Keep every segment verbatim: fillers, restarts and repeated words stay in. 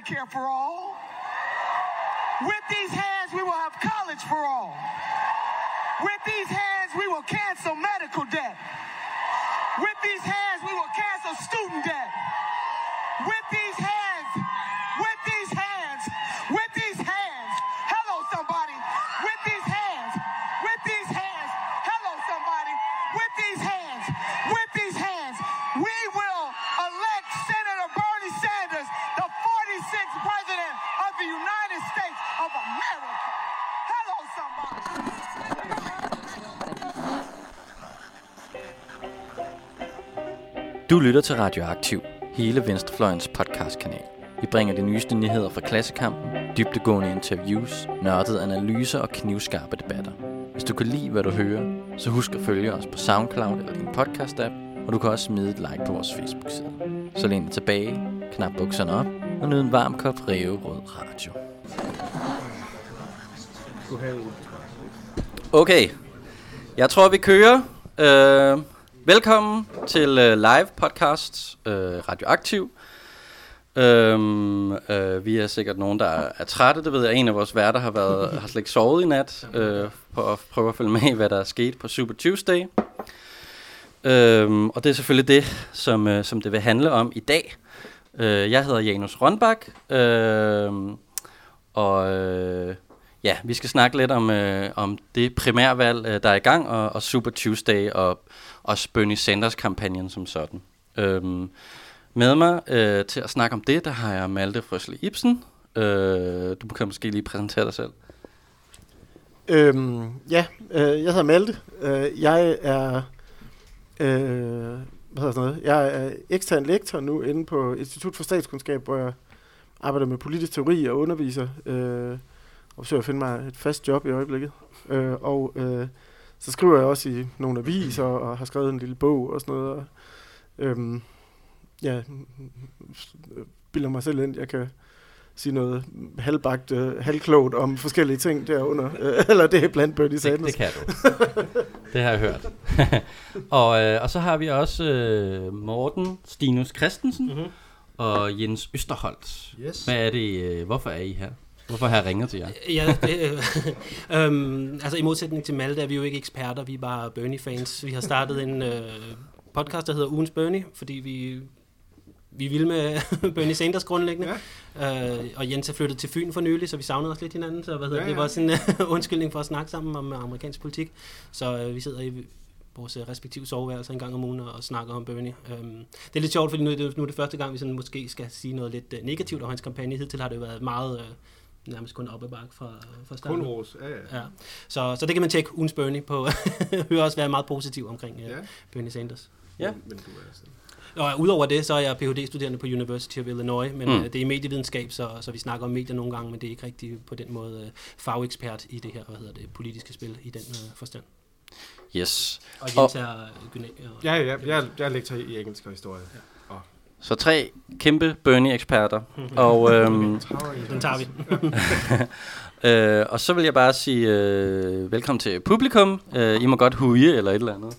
Medicare for all. With these hands, we will have college for all. With these hands, we will cancel medical debt. With these hands, we will cancel student debt. With these hands, with these hands, with these hands, hello somebody, with these hands, with these hands, hello somebody, with these hands, with these hands, we will elect Senator Bernie Sanders, the forty-sixth president of the United States of America. Hello somebody. Du lytter til Radioaktiv, hele Venstrefløjens podcastkanal. Vi bringer de nyeste nyheder fra Klassekampen, dybdegående interviews, nørdede analyser og knivskarpe debatter. Hvis du kan lide, hvad du hører, så husk at følge os på SoundCloud eller din podcast-app, og du kan også smide et like på vores Facebook-side. Så læn dig tilbage, knap bukserne op og nyd en varm kop ræverød radio. Okay, jeg tror vi kører. Øh, velkommen til uh, live podcast uh, Radioaktiv. Um, uh, vi er sikkert nogen, der er, er trætte. Det ved jeg, en af vores værter har været har slet ikke sovet i nat uh, på at prøve at følge med i, hvad der er sket på Super Tuesday. Um, og det er selvfølgelig det, som, uh, som det vil handle om i dag. Uh, jeg hedder Janus Rønbak, uh, og uh, ja, vi skal snakke lidt om, uh, om det primærvalg, uh, der er i gang, og, og Super Tuesday, og også Bernie Sanders-kampagnen som sådan. Um, Med mig øh, til at snakke om det, der har jeg Malte Frøsle Ibsen. Øh, du kan måske lige præsentere dig selv. Øhm, ja, øh, jeg hedder Malte. Øh, jeg er øh, hvad hedder sådan noget? Jeg er ekstern lektor nu inde på Institut for Statskundskab, hvor jeg arbejder med politisk teori og underviser. Øh, og forsøger at finde mig et fast job i øjeblikket. Øh, og øh, så skriver jeg også i nogle aviser og har skrevet en lille bog og sådan noget. Og, øh, ja, bilder mig selv ind, jeg kan sige noget halvbagt, uh, halvklogt om forskellige ting derunder, uh, eller det er blandt Bernie Sanders. Det, det kan du. Det har jeg hørt. og, øh, og så har vi også øh, Morten Stinus Christensen mm-hmm. og Jens Østerholt. Yes. Hvad er det, øh, hvorfor er I her? Hvorfor har jeg ringet til jer? Ja, det, øh, øhm, altså i modsætning til Malte er vi jo ikke eksperter, vi er bare Bernie-fans. Vi har startet en øh, podcast, der hedder Ugens Bernie, fordi vi Vi ville med Bernie Sanders grundlæggende, ja. øh, og Jens er flyttet til Fyn for nylig, så vi savnede os lidt hinanden, så hvad hedder, ja, ja. det var sådan en uh, undskyldning for at snakke sammen om uh, amerikansk politik. Så uh, vi sidder i vores uh, respektive soveværelser en gang om ugen og snakker om Bernie. Um, det er lidt sjovt, fordi nu er det, nu er det første gang, vi sådan måske skal sige noget lidt uh, negativt om hans kampagne. Hidtil har det jo været meget, uh, nærmest kun op ad bakke fra, fra starten. Kun ros, ja, ja. ja. Så, så det kan man tjekke ugens Bernie på. Hører også være meget positiv omkring uh, ja. Bernie Sanders. Ja. Men, men du er sådan... Og udover det, så er jeg P H D-studerende på University of Illinois, men mm. øh, det er medievidenskab, så, så vi snakker om medier nogle gange, men det er ikke rigtig på den måde øh, fagekspert i det her, hvad hedder det, politiske spil i den øh, forstand. Yes. Og Jens er gymnasiet. Ja, ja, jeg, jeg er lektor i engelsk og historie. Ja. Oh. Så tre kæmpe Bernie-eksperter. og øhm, den tager vi. øh, og så vil jeg bare sige øh, velkommen til publikum. Øh, I må godt huge eller et eller andet.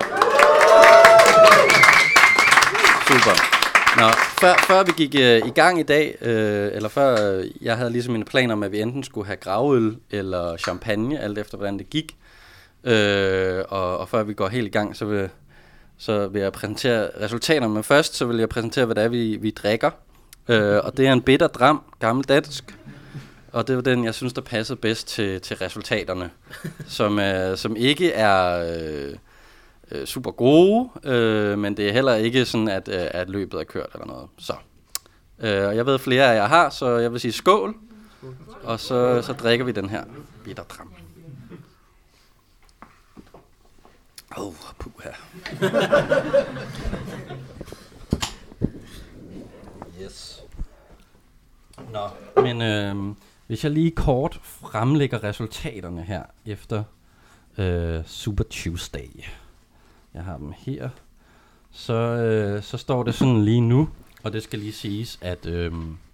Super. Nå, før, før vi gik øh, i gang i dag, øh, eller før øh, jeg havde ligesom en plan om, at vi enten skulle have gravøl eller champagne, alt efter hvordan det gik. Øh, og, og før vi går helt i gang, så vil, så vil jeg præsentere resultaterne. Men først så vil jeg præsentere, hvad det er, vi, vi drikker. Øh, og det er en bitter dram, gammeldansk. Og det var den, jeg synes, der passede bedst til, til resultaterne. Som, øh, som ikke er... Øh, super gode, øh, men det er heller ikke sådan, at, øh, at løbet er kørt eller noget. Så. Øh, jeg ved, flere af jer har, så jeg vil sige skål. Og så, så drikker vi den her bitterdram. Åh, oh, puha. Yes. Nå, men øh, hvis jeg lige kort fremlægger resultaterne her efter øh, Super Tuesday. Jeg har dem her. Så, øh, så står det sådan lige nu, og det skal lige siges, at... Øh,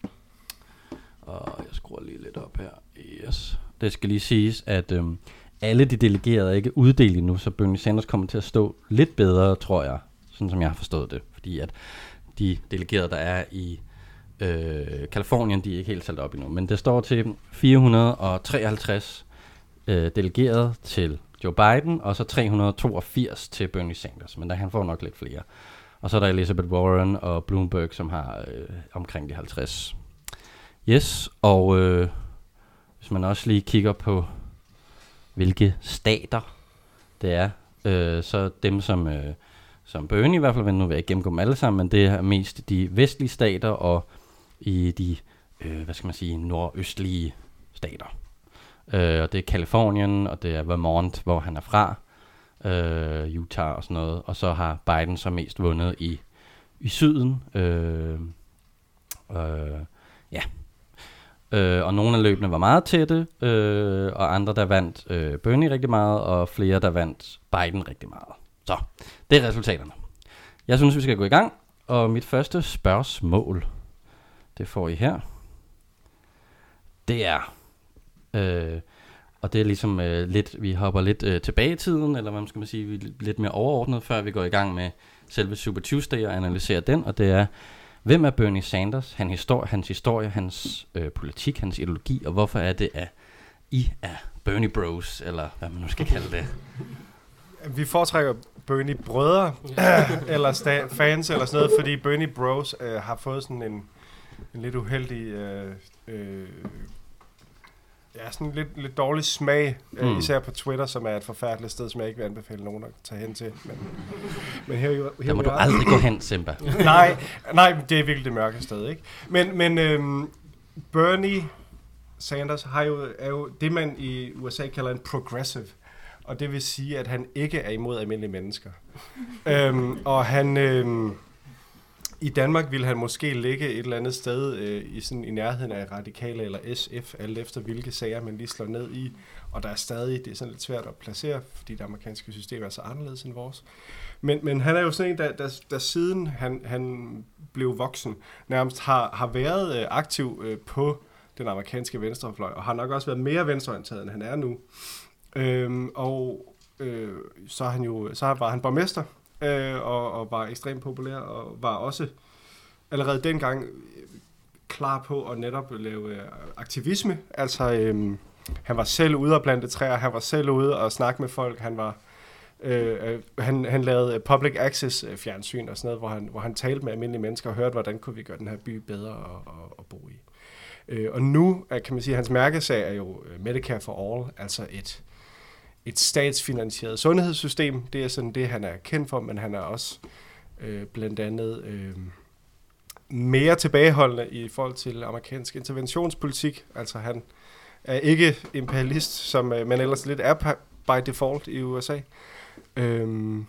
og jeg skruer lige lidt op her. Yes. Det skal lige siges, at øh, alle de delegerede er ikke uddelt endnu, så Bernie Sanders kommer til at stå lidt bedre, tror jeg, sådan som jeg har forstået det. Fordi at de delegerede, der er i Øh, Kalifornien, de er ikke helt talt op endnu, men det står til fire hundrede og treoghalvtreds øh, delegeret til Joe Biden, og så tre hundrede og toogfirs til Bernie Sanders, men der han får nok lidt flere. Og så er der Elizabeth Warren og Bloomberg, som har øh, omkring de halvtreds. Yes, og øh, hvis man også lige kigger på, hvilke stater det er, øh, så dem, som, øh, som Bernie i hvert fald, nu vil jeg ikke gennemgå dem alle sammen, men det er mest de vestlige stater og i de, øh, hvad skal man sige, nordøstlige stater. Øh, og det er Kalifornien, og det er Vermont, hvor han er fra, øh, Utah og sådan noget. Og så har Biden så mest vundet i, i syden. Øh, øh, ja. Øh, og nogle af løbene var meget tætte, øh, og andre, der vandt øh, Bernie rigtig meget, og flere, der vandt Biden rigtig meget. Så, det er resultaterne. Jeg synes, vi skal gå i gang, og mit første spørgsmål, det får I her. Det er, øh, og det er ligesom øh, lidt, vi hopper lidt øh, tilbage i tiden, eller hvad skal man sige, vi er lidt mere overordnet, før vi går i gang med selve Super Tuesday og analyserer den, og det er, hvem er Bernie Sanders, hans historie, hans, historie, hans øh, politik, hans ideologi, og hvorfor er det, at I er Bernie Bros, eller hvad man nu skal kalde det? Vi foretrækker Bernie brødre, eller sta- fans, eller sådan noget, fordi Bernie Bros øh, har fået sådan en, en lidt uheldig, øh, øh, ja, sådan lidt, lidt dårlig smag, øh, mm. især på Twitter, som er et forfærdeligt sted, som jeg ikke vil anbefale nogen at tage hen til. Men, men her, her der må du aldrig gå hen, Simba. nej, nej, det er virkelig det mørke sted, ikke? Men, men øhm, Bernie Sanders har jo, er jo det, man i U S A kalder en progressive. Og det vil sige, at han ikke er imod almindelige mennesker. øhm, og han... Øhm, I Danmark ville han måske ligge et eller andet sted øh, i, sådan, i nærheden af Radikale eller S F, alt efter hvilke sager man lige slår ned i. Og der er stadig, det er sådan lidt svært at placere, fordi det amerikanske system er så anderledes end vores. Men, men han er jo sådan en, der, der, der siden han, han blev voksen, nærmest har, har været øh, aktiv øh, på den amerikanske venstrefløj, og har nok også været mere venstreorienteret, end han er nu. Øhm, og øh, så, er han jo, så var han borgmester, øh, og, og var ekstremt populær, og var også allerede dengang klar på at netop lave øh, aktivisme. Altså, øh, han var selv ude og plante træer, han var selv ude og snakke med folk, han var... Øh, han, han lavede public access fjernsyn og sådan noget, hvor han, hvor han talte med almindelige mennesker og hørte, hvordan kunne vi gøre den her by bedre at, at, at bo i. Øh, og nu kan man sige, at hans mærkesag er jo Medicare for All, altså et, et statsfinansieret sundhedssystem. Det er sådan det, han er kendt for, men han er også øh, blandt andet øh, mere tilbageholdende i forhold til amerikansk interventionspolitik. Altså han er ikke imperialist, som øh, man ellers lidt er by default i U S A. Øhm,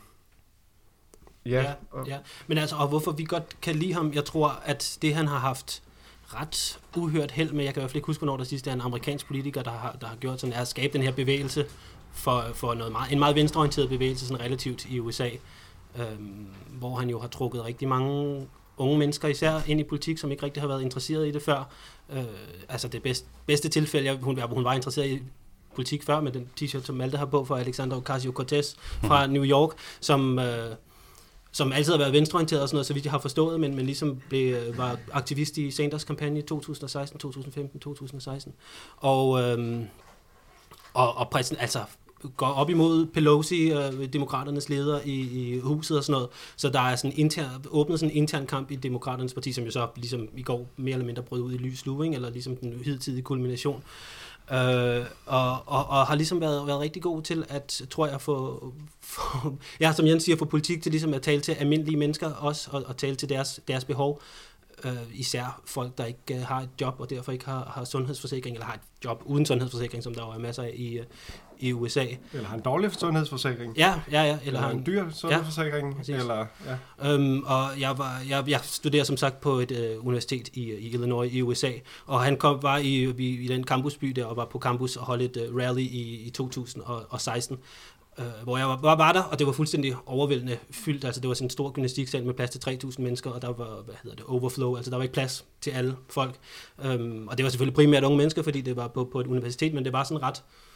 ja, ja, ja, men altså, og hvorfor vi godt kan lide ham, jeg tror, at det han har haft ret uhørt held med, jeg kan i hvert fald ikke huske, hvornår der sidst er en amerikansk politiker, der har, der har gjort sådan, er at skabe den her bevægelse for, for noget meget, en meget venstreorienteret bevægelse, sådan relativt i U S A, øhm, hvor han jo har trukket rigtig mange unge mennesker især ind i politik, som ikke rigtig har været interesseret i det før. Øh, altså det bedste, bedste tilfælde, jeg, hun, hun var interesseret i politik før, med den t-shirt, som Malte har på for Alexandra Ocasio-Cortez fra New York, som, øh, som altid har været venstreorienteret og sådan noget, så vidt jeg har forstået, men, men ligesom blev, var aktivist i Sanders kampagne i to tusind og seksten, to tusind og femten, to tusind og seksten. Og, øh, og, og præsen, altså går op imod Pelosi, øh, demokraternes leder i, i huset og sådan noget. Så der er sådan intern, åbnet sådan en intern kamp i demokraternes parti, som jo så ligesom i går mere eller mindre brød ud i lys lue, eller ligesom den hidtidige kulmination. Øh, og, og, og har ligesom været, været rigtig god til at, tror jeg, få, få ja, som Jens siger, få politik til ligesom at tale til almindelige mennesker også, og, og tale til deres, deres behov. Øh, især folk, der ikke uh, har et job, og derfor ikke har, har sundhedsforsikring, eller har et job uden sundhedsforsikring, som der jo er masser af i, uh, i U S A. Eller har en dårlig sundhedsforsikring. Ja, ja, ja. Eller, eller har en dyr sundhedsforsikring. Ja, eller, ja. øhm, og jeg, var, jeg, jeg studerer som sagt på et uh, universitet i, i Illinois i U S A, og han kom, var i, i, i den campusby der, og var på campus og holdt et uh, rally i, i to tusind og seksten. Uh, hvor jeg var, var, var der, og det var fuldstændig overvældende fyldt. Altså det var sådan en stor gymnastiksal med plads til tre tusind mennesker, og der var, hvad hedder det, overflow, altså der var ikke plads til alle folk. Um, og det var selvfølgelig primært unge mennesker, fordi det var på, på et universitet, men det var sådan ret,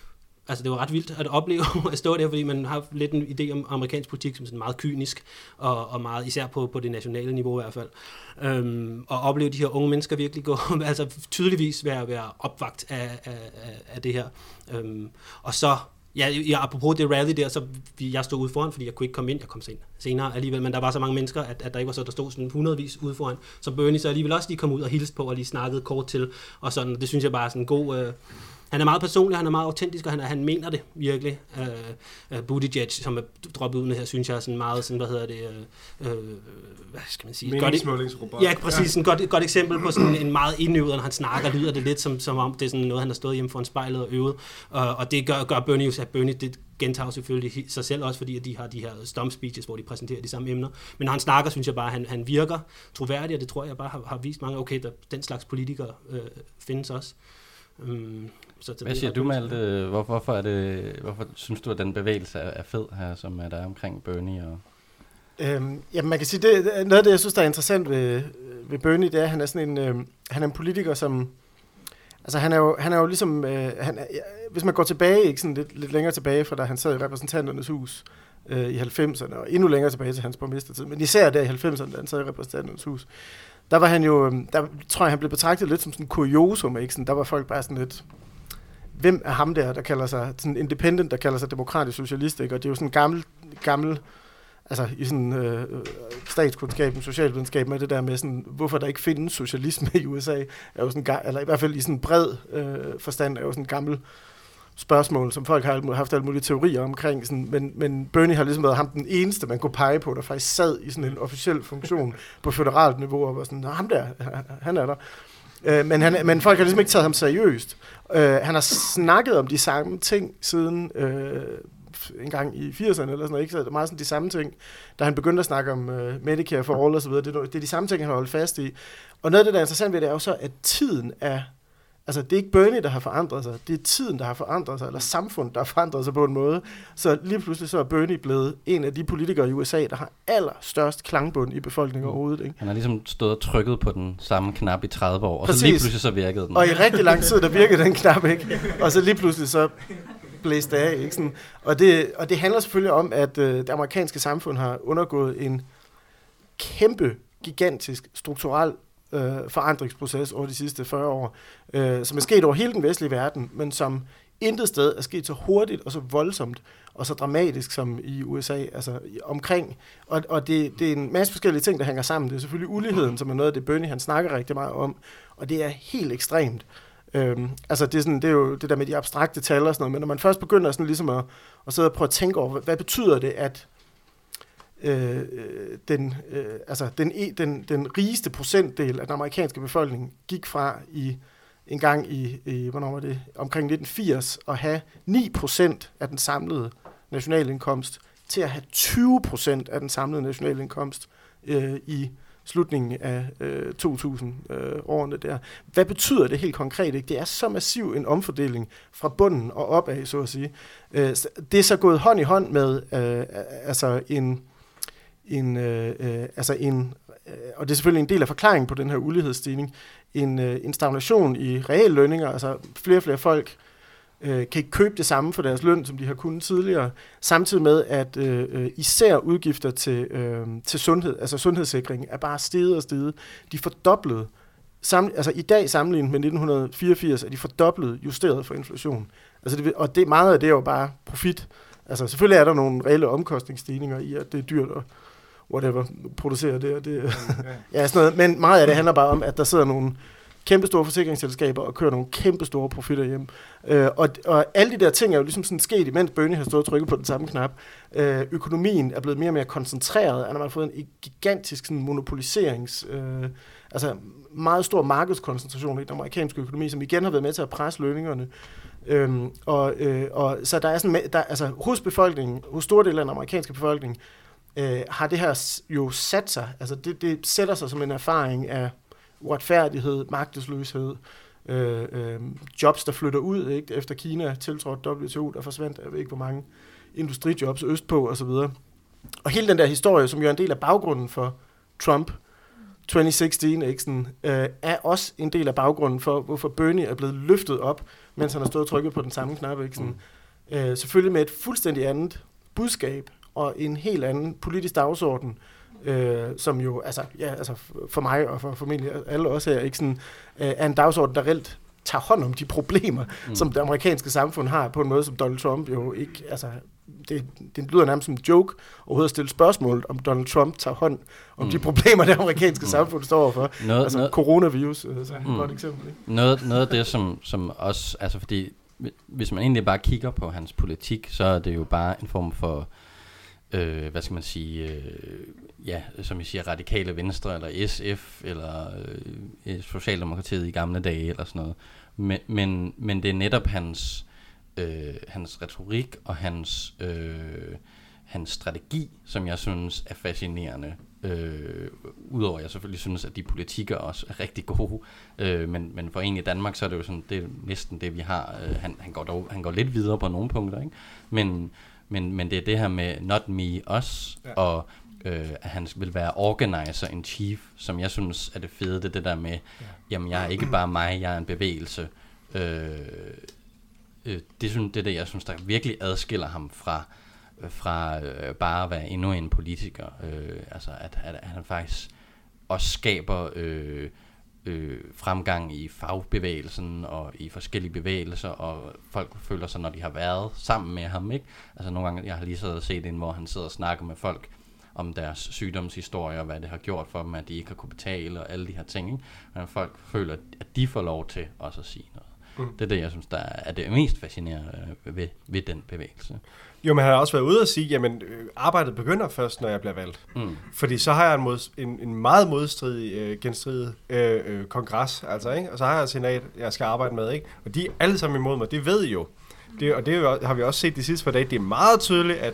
Altså, det var ret vildt at opleve at stå der, fordi man har lidt en idé om amerikansk politik som sådan meget kynisk, og, og meget, især på, på det nationale niveau i hvert fald. Øhm, og opleve de her unge mennesker virkelig gå, altså tydeligvis være, være opvagt af, af, af det her. Øhm, og så, ja, ja, apropos det rally der, så jeg stod ude foran, fordi jeg kunne ikke komme ind, jeg kom sen, senere alligevel, men der var så mange mennesker, at, at der ikke var så, der stod sådan hundredvis ude foran, så Bernie så alligevel også lige kom ud og hilste på, og lige snakkede kort til, og sådan, det synes jeg bare er sådan en god... Øh, Han er meget personlig, han er meget autentisk, og han, er, han mener det virkelig. Uh, uh, Buttigieg, som er droppet ud med her, synes jeg er sådan meget sådan, hvad hedder det, uh, uh, hvad skal man sige? Meningsmålingsrobot. Ja, præcis. Ja. Et godt, godt eksempel på sådan en meget indøvet, når han snakker, lyder det lidt som, som om det er sådan noget, han har stået hjemme foran spejlet og øvet. Uh, og det gør, gør Bernie jo, at Bernie, det gentager selvfølgelig sig selv også, fordi at de har de her stump speeches, hvor de præsenterer de samme emner. Men når han snakker, synes jeg bare, at han, han virker troværdig, og det tror jeg bare har, har vist mange, okay, der, den slags politikere uh, findes også. Um, Så Hvad siger du, Malte? Hvor, hvorfor, er det, hvorfor synes du, at den bevægelse er, er fed her, som er der omkring Bernie? Og øhm, jamen, man kan sige, det, noget af det, jeg synes, der er interessant ved, ved Bernie, det er, at han er sådan en, øh, han er en politiker, som... Altså, han er jo, han er jo ligesom... Øh, han er, hvis man går tilbage, ikke sådan lidt, lidt længere tilbage, fra da han sad i Repræsentanternes Hus øh, i halvfemserne, og endnu længere tilbage til hans borgmestertid, men især der i halvfemserne, da han sad i Repræsentanternes Hus, der var han jo... Der tror jeg, han blev betragtet lidt som sådan en kuriosum, ikke? Sådan, der var folk bare sådan lidt... Hvem er ham der, der kalder sig sådan independent, der kalder sig demokratisk socialist, ikke? Og det er jo sådan en gammel, gammel, altså i sådan øh, statskundskaben, socialvidenskab med det der med sådan, hvorfor der ikke findes socialisme i U S A, er jo sådan, eller i hvert fald i sådan en bred øh, forstand, er jo sådan en gammel spørgsmål, som folk har haft alle mulige teorier omkring, sådan, men, men Bernie har ligesom været ham den eneste, man kunne pege på, der faktisk sad i sådan en officiel funktion på føderalt niveau, og var sådan, ham der, han er der. Øh, men, han, men folk har ligesom ikke taget ham seriøst. Øh, han har snakket om de samme ting siden øh, en gang i firserne, eller sådan noget, ikke? Så det er meget sådan de samme ting, da han begyndte at snakke om øh, Medicare for All og så videre. Det, det er de samme ting, han har holdt fast i. Og noget af det, der er interessant ved det, er jo så, at tiden er... Altså, det er ikke Bernie, der har forandret sig. Det er tiden, der har forandret sig, eller samfundet, der har forandret sig på en måde. Så lige pludselig så er Bernie blevet en af de politikere i U S A, der har allerstørst klangbund i befolkningen mm. overhovedet. Ikke? Han har ligesom stået og trykket på den samme knap i tredive år, og Præcis. Så lige pludselig så virkede den. Og i rigtig lang tid, der virkede den knap, ikke? Og så lige pludselig så blæste det af, ikke? Sådan. Og, det, og det handler selvfølgelig om, at øh, det amerikanske samfund har undergået en kæmpe, gigantisk, strukturel øh, forandringsproces over de sidste fyrre år, øh, som er sket over hele den vestlige verden, men som intet sted er sket så hurtigt og så voldsomt og så dramatisk som i U S A, altså omkring. Og, og det, det er en masse forskellige ting, der hænger sammen. Det er selvfølgelig uligheden, som er noget af det, Bernie han snakker rigtig meget om, og det er helt ekstremt. Øhm, altså det er, sådan, det er jo det der med de abstrakte tal og sådan noget, men når man først begynder sådan ligesom at, at sidde og prøve at tænke over, hvad, hvad betyder det, at øh, den, øh, altså den, den, den rigeste procentdel af den amerikanske befolkning gik fra i en gang i, i hvornår var det, omkring nitten firs, at have ni procent af den samlede nationalindkomst til at have tyve procent af den samlede nationalindkomst øh, i slutningen af øh, to tusind øh, årene der. Hvad betyder det helt konkret? Ikke? Det er så massiv en omfordeling fra bunden og opad, så at sige. Øh, det er så gået hånd i hånd med øh, altså en, en, øh, altså en øh, og det er selvfølgelig en del af forklaringen på den her ulighedsstigning, en, øh, en stagnation i reallønninger, altså flere og flere folk øh, kan ikke købe det samme for deres løn, som de har kunnet tidligere, samtidig med, at øh, især udgifter til, øh, til sundhed, altså sundhedssikring, er bare steget og steget. De er fordoblet, sam, altså i dag sammenlignet med nitten fireogfirs, er de fordoblet justeret for inflation. Altså det, og det, meget af det er jo bare profit. Altså selvfølgelig er der nogle reelle omkostningsstigninger i, at det er dyrt at whatever, producerer det og det. Ja, sådan noget. Men meget af det handler bare om, at der sidder nogle kæmpe store forsikringsselskaber og kører nogle kæmpe store profitter hjem. Øh, og, og alle de der ting er jo ligesom sådan sket, imens Bernie har stået og trykket på den samme knap. Øh, økonomien er blevet mere og mere koncentreret, og man har fået en gigantisk sådan, monopoliserings... Øh, altså meget stor markedskoncentration i den amerikanske økonomi, som igen har været med til at presse lønningerne. Øhm, og, øh, og så der er sådan, der, altså hos befolkningen, hos store dele af den amerikanske befolkning, øh, har det her jo sat sig, altså det, det sætter sig som en erfaring af uretfærdighed, magtesløshed, øh, øh, jobs, der flytter ud, ikke? Efter Kina tiltrådte W T O, der forsvandt, jeg ved ikke hvor mange industrijobs østpå og så videre. Og hele den der historie, som jo er en del af baggrunden for Trump tyve seksten, ikke sådan, øh, er også en del af baggrunden for, hvorfor Bernie er blevet løftet op, mens han har stået og trykket på den samme knap, ikke sådan. Øh, selvfølgelig med et fuldstændig andet budskab og en helt anden politisk dagsorden, øh, som jo, altså, ja, altså for mig og for formentlig alle også her, ikke sådan, øh, er en dagsorden, der reelt tager hånd om de problemer, mm. som det amerikanske samfund har, på en måde, som Donald Trump jo ikke, altså, det, det lyder nærmest som en joke overhovedet at stille spørgsmål, om Donald Trump tager hånd om mm. de problemer, det amerikanske mm. samfund står overfor. Noget, altså noget, coronavirus, altså, mm. et godt eksempel. Ikke? Noget, noget af det, som, som også, altså fordi, hvis man egentlig bare kigger på hans politik, så er det jo bare en form for, øh, hvad skal man sige, øh, ja, som jeg siger, radikale venstre, eller S F, eller øh, Socialdemokratiet i gamle dage, eller sådan noget. Men, men, men det er netop hans, øh, hans retorik og hans, øh, hans strategi, som jeg synes er fascinerende. Øh, Udover at jeg selvfølgelig synes, at de politikker også er rigtig gode, øh, men, men for en i Danmark, så er det jo sådan, det er næsten det, vi har. Øh, han, han, går dog, han går lidt videre på nogle punkter, ikke? Men, men, men det er det her med not me, us, ja. Og øh, at han vil være organizer in chief, som jeg synes er det fede, det er det der med, ja. Jamen jeg er ikke bare mig, jeg er en bevægelse. Øh, øh, det, synes, det er det, jeg synes, der virkelig adskiller ham fra fra øh, bare at være endnu en politiker, øh, altså at, at, at han faktisk også skaber øh, øh, fremgang i fagbevægelsen og i forskellige bevægelser, og folk føler sig, når de har været sammen med ham, ikke? Altså nogle gange, jeg har lige siddet og set en, hvor han sidder og snakker med folk om deres sygdomshistorie, og hvad det har gjort for dem, at de ikke har kunne betale, og alle de her ting, ikke? Men folk føler, at de får lov til også at sige noget. Mm. Det er det, jeg synes, der er det mest fascinerende ved, ved den bevægelse. Jo, men han har også været ude og sige, jamen arbejdet begynder først, når jeg bliver valgt. Mm. Fordi så har jeg en, mod, en, en meget modstridig, øh, genstridig øh, øh, kongres, altså, ikke? Og så har jeg et senat, jeg skal arbejde med, ikke? Og de er alle sammen imod mig, det ved I jo. Det, og det har vi også set de sidste par dage. Det er meget tydeligt, at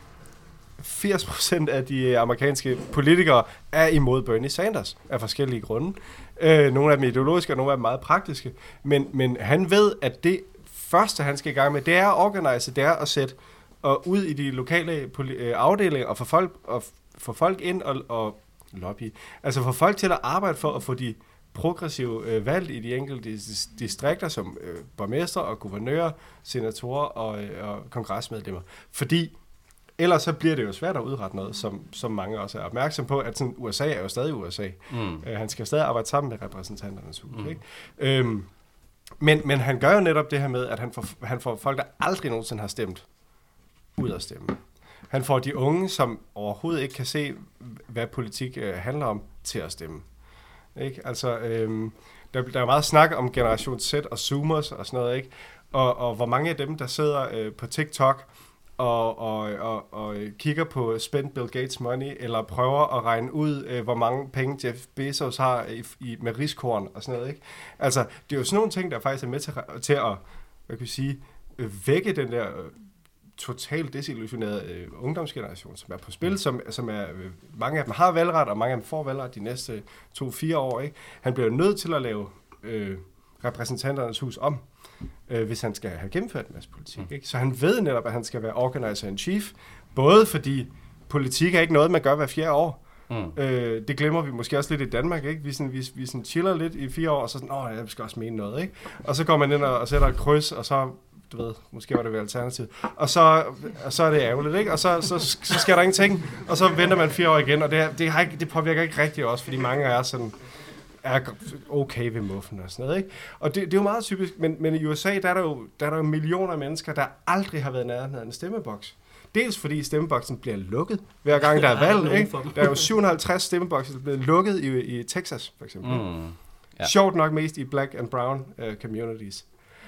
firs procent af de amerikanske politikere er imod Bernie Sanders af forskellige grunde. Øh, nogle af dem ideologiske, og nogle af dem meget praktiske. Men, men han ved, at det første, han skal i gang med, det er at organise, det er at sætte og ud i de lokale afdelinger og få folk, og få folk ind og, og lobby. Altså få folk til at arbejde for at få de progressive øh, valg i de enkelte distrikter som øh, borgmestre og guvernører, senatorer og, øh, og kongresmedlemmer. Fordi ellers så bliver det jo svært at udrette noget, som, som mange også er opmærksom på, at sådan, U S A er jo stadig U S A. Mm. Øh, han skal stadig arbejde sammen med repræsentanternes hus. Mm. Ikke? Øhm, men, men han gør jo netop det her med, at han får, han får folk, der aldrig nogensinde har stemt, ud at stemme. Han får de unge, som overhovedet ikke kan se, hvad politik øh, handler om, til at stemme. Ikke? Altså, øhm, der, der er meget snak om generation Z og Zoomers og sådan noget, ikke? Og, og hvor mange af dem, der sidder øh, på TikTok og, og, og, og kigger på Spend Bill Gates Money, eller prøver at regne ud, øh, hvor mange penge Jeff Bezos har i, i, med riskorn og sådan noget, ikke? Altså, det er jo sådan nogle ting, der faktisk er med til, til at, hvad kan jeg sige, øh, vække den der øh, totalt desillusionerede øh, ungdomsgeneration, som er på spil, som, som er, øh, mange af dem har valgret, og mange af dem får valgret de næste to-fire år, ikke? Han bliver nødt til at lave øh, repræsentanternes hus om, øh, hvis han skal have gennemført en masse politik, ikke? Så han ved netop, at han skal være organizer in chief, både fordi politik er ikke noget, man gør hver fjerde år. Mm. Øh, det glemmer vi måske også lidt i Danmark, ikke? Vi, sådan, vi, vi sådan chiller lidt i fire år, og så sådan, åh, jeg skal også mene noget, ikke? Og så går man ind og, og sætter et kryds, og så du ved, måske var det vel alternativet. Og så, og så er det ærgerligt, ikke? Og så, så, så sker der ingenting, og så venter man fire år igen, og det, det, har ikke, det påvirker ikke rigtigt også, fordi mange af os sådan er okay ved muffen og sådan noget, ikke? Og det, det er jo meget typisk, men, men i U S A, der er, der jo, der er der jo millioner af mennesker, der aldrig har været nærheden af en stemmeboks. Dels fordi stemmeboksen bliver lukket, hver gang der er valg, ikke? Der er jo syv hundrede og halvtreds stemmebokser, der er blevet lukket i, i Texas, for eksempel. Mm, ja. Sjovt nok mest i black and brown uh, communities.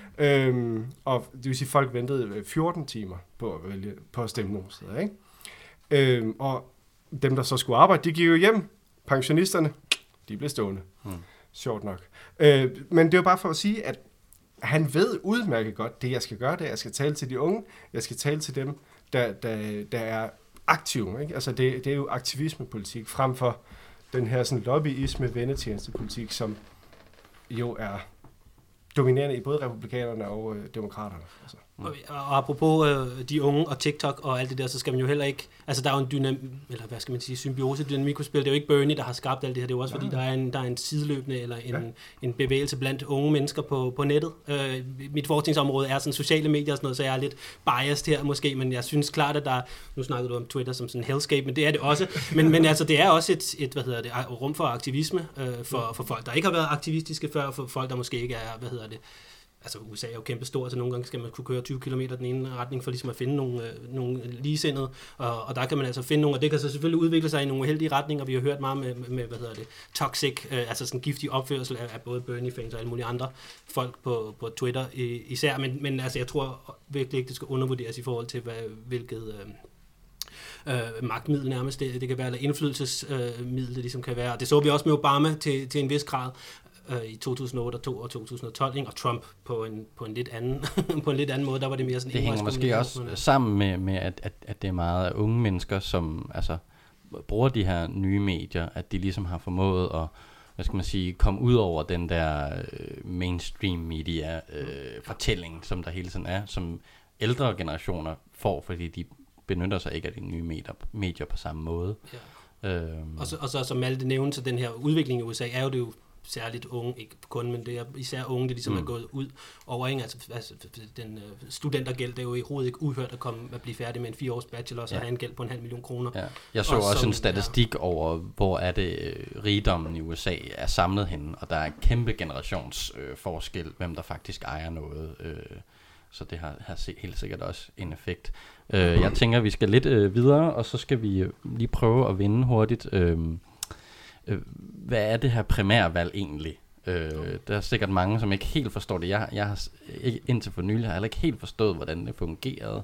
Øhm, og det vil sige, at folk ventede fjorten timer på at, vælge, på at stemme nogle steder, ikke? Øhm, og dem, der så skulle arbejde, de gik jo hjem. Pensionisterne, de blev stående. Hmm. Sjovt nok. Øh, men det er jo bare for at sige, at han ved udmærket godt, det jeg skal gøre, det er, at jeg skal tale til de unge, jeg skal tale til dem, der, der, der er aktive, ikke? Altså det, det er jo aktivismepolitik, frem for den her sådan lobbyisme, vendetjenestepolitik, som jo er dominerende i både republikanerne og øh, demokraterne. Altså. Og, og apropos øh, de unge og TikTok og alt det der, så skal man jo heller ikke, altså der er jo en dynamik, eller hvad skal man sige, symbiose, dynamik på spil. Det er jo ikke Bernie, der har skabt alt det her, det er jo også, fordi der er en, der er en sideløbende eller en, ja. en bevægelse blandt unge mennesker på, på nettet. Øh, mit forskningsområde er sådan sociale medier og sådan noget, så jeg er lidt biased her måske, men jeg synes klart, at der, nu snakkede du om Twitter som sådan en hellscape, men det er det også, men, men altså det er også et, et hvad hedder det, rum for aktivisme øh, for, for folk, der ikke har været aktivistiske før, for folk, der måske ikke er, hvad hedder det, altså U S A er jo kæmpe stort, så nogle gange skal man kunne køre tyve kilometer den ene retning for ligesom at finde nogle, øh, nogle ligesindede, og, og der kan man altså finde nogle, og det kan så selvfølgelig udvikle sig i nogle uheldige retninger. Vi har hørt meget med, med, med hvad hedder det, toxic, øh, altså sådan giftig opførsel af, af både Bernie-fans og alle mulige andre folk på, på Twitter i, især, men, men altså jeg tror virkelig ikke, det skal undervurderes i forhold til, hvad, hvilket øh, øh, magtmiddel nærmest det, det kan være, eller indflydelsesmiddel øh, det ligesom kan være, og det så vi også med Obama til, til en vis grad, i to tusind og otte og to tusind og tolv, ikke? Og Trump på en, på en lidt anden på en lidt anden måde, der var det mere sådan. Det hænger måske også sammen med, med at, at, at det er meget unge mennesker, som altså bruger de her nye medier, at de ligesom har formået at, hvad skal man sige, komme ud over den der øh, mainstream media øh, fortælling, som der hele tiden er, som ældre generationer får, fordi de benytter sig ikke af de nye medier, medier på samme måde. Ja. Øhm. Og, så, og så som Malte nævnte, så den her udvikling i U S A er jo det jo særligt unge, ikke kun, men det er især unge, der ligesom mm. er gået ud over, ikke? Altså, altså den uh, studentergæld, det er jo i hovedet ikke uhørt at, komme, at blive færdig med en fire års bachelor, og så ja. have en gæld på en halv million kroner. Ja. Jeg så og også som, en statistik ja. over, hvor er det øh, rigdommen i U S A er samlet henne, og der er en kæmpe generationsforskel, øh, hvem der faktisk ejer noget, øh, så det har, har helt sikkert også en effekt. Øh, jeg tænker, vi skal lidt øh, videre, og så skal vi lige prøve at vinde hurtigt. Øh, Hvad er det her primærvalg egentlig? Øh, der er sikkert mange, som ikke helt forstår det. Jeg, jeg har ikke, indtil for nylig har jeg ikke helt forstået, hvordan det fungerede.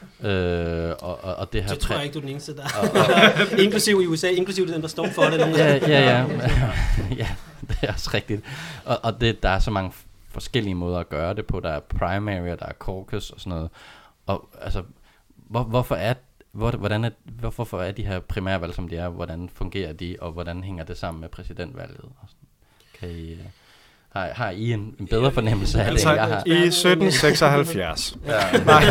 Øh, og, og, og det, her det tror jeg ikke, du er den eneste, der og, og, inklusiv i U S A, inklusiv den, der står for det. ja, ja, ja. ja, det er også rigtigt. Og, og det, der er så mange forskellige måder at gøre det på. Der er primary, og der er caucus og sådan noget. Og altså, hvor, hvorfor er Hvordan er, hvorfor er de her primærvalg, som de er, hvordan fungerer de, og hvordan hænger det sammen med præsidentvalget? Kan I, har, har I en, en bedre fornemmelse af altså, det, jeg har? I sytten seksoghalvfjerds. ja. Nej.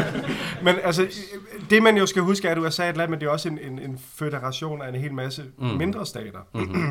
Men altså, det man jo skal huske er, at U S A er et land, men det er også en, en, en føderation af en hel masse mm. mindre stater. Mm-hmm.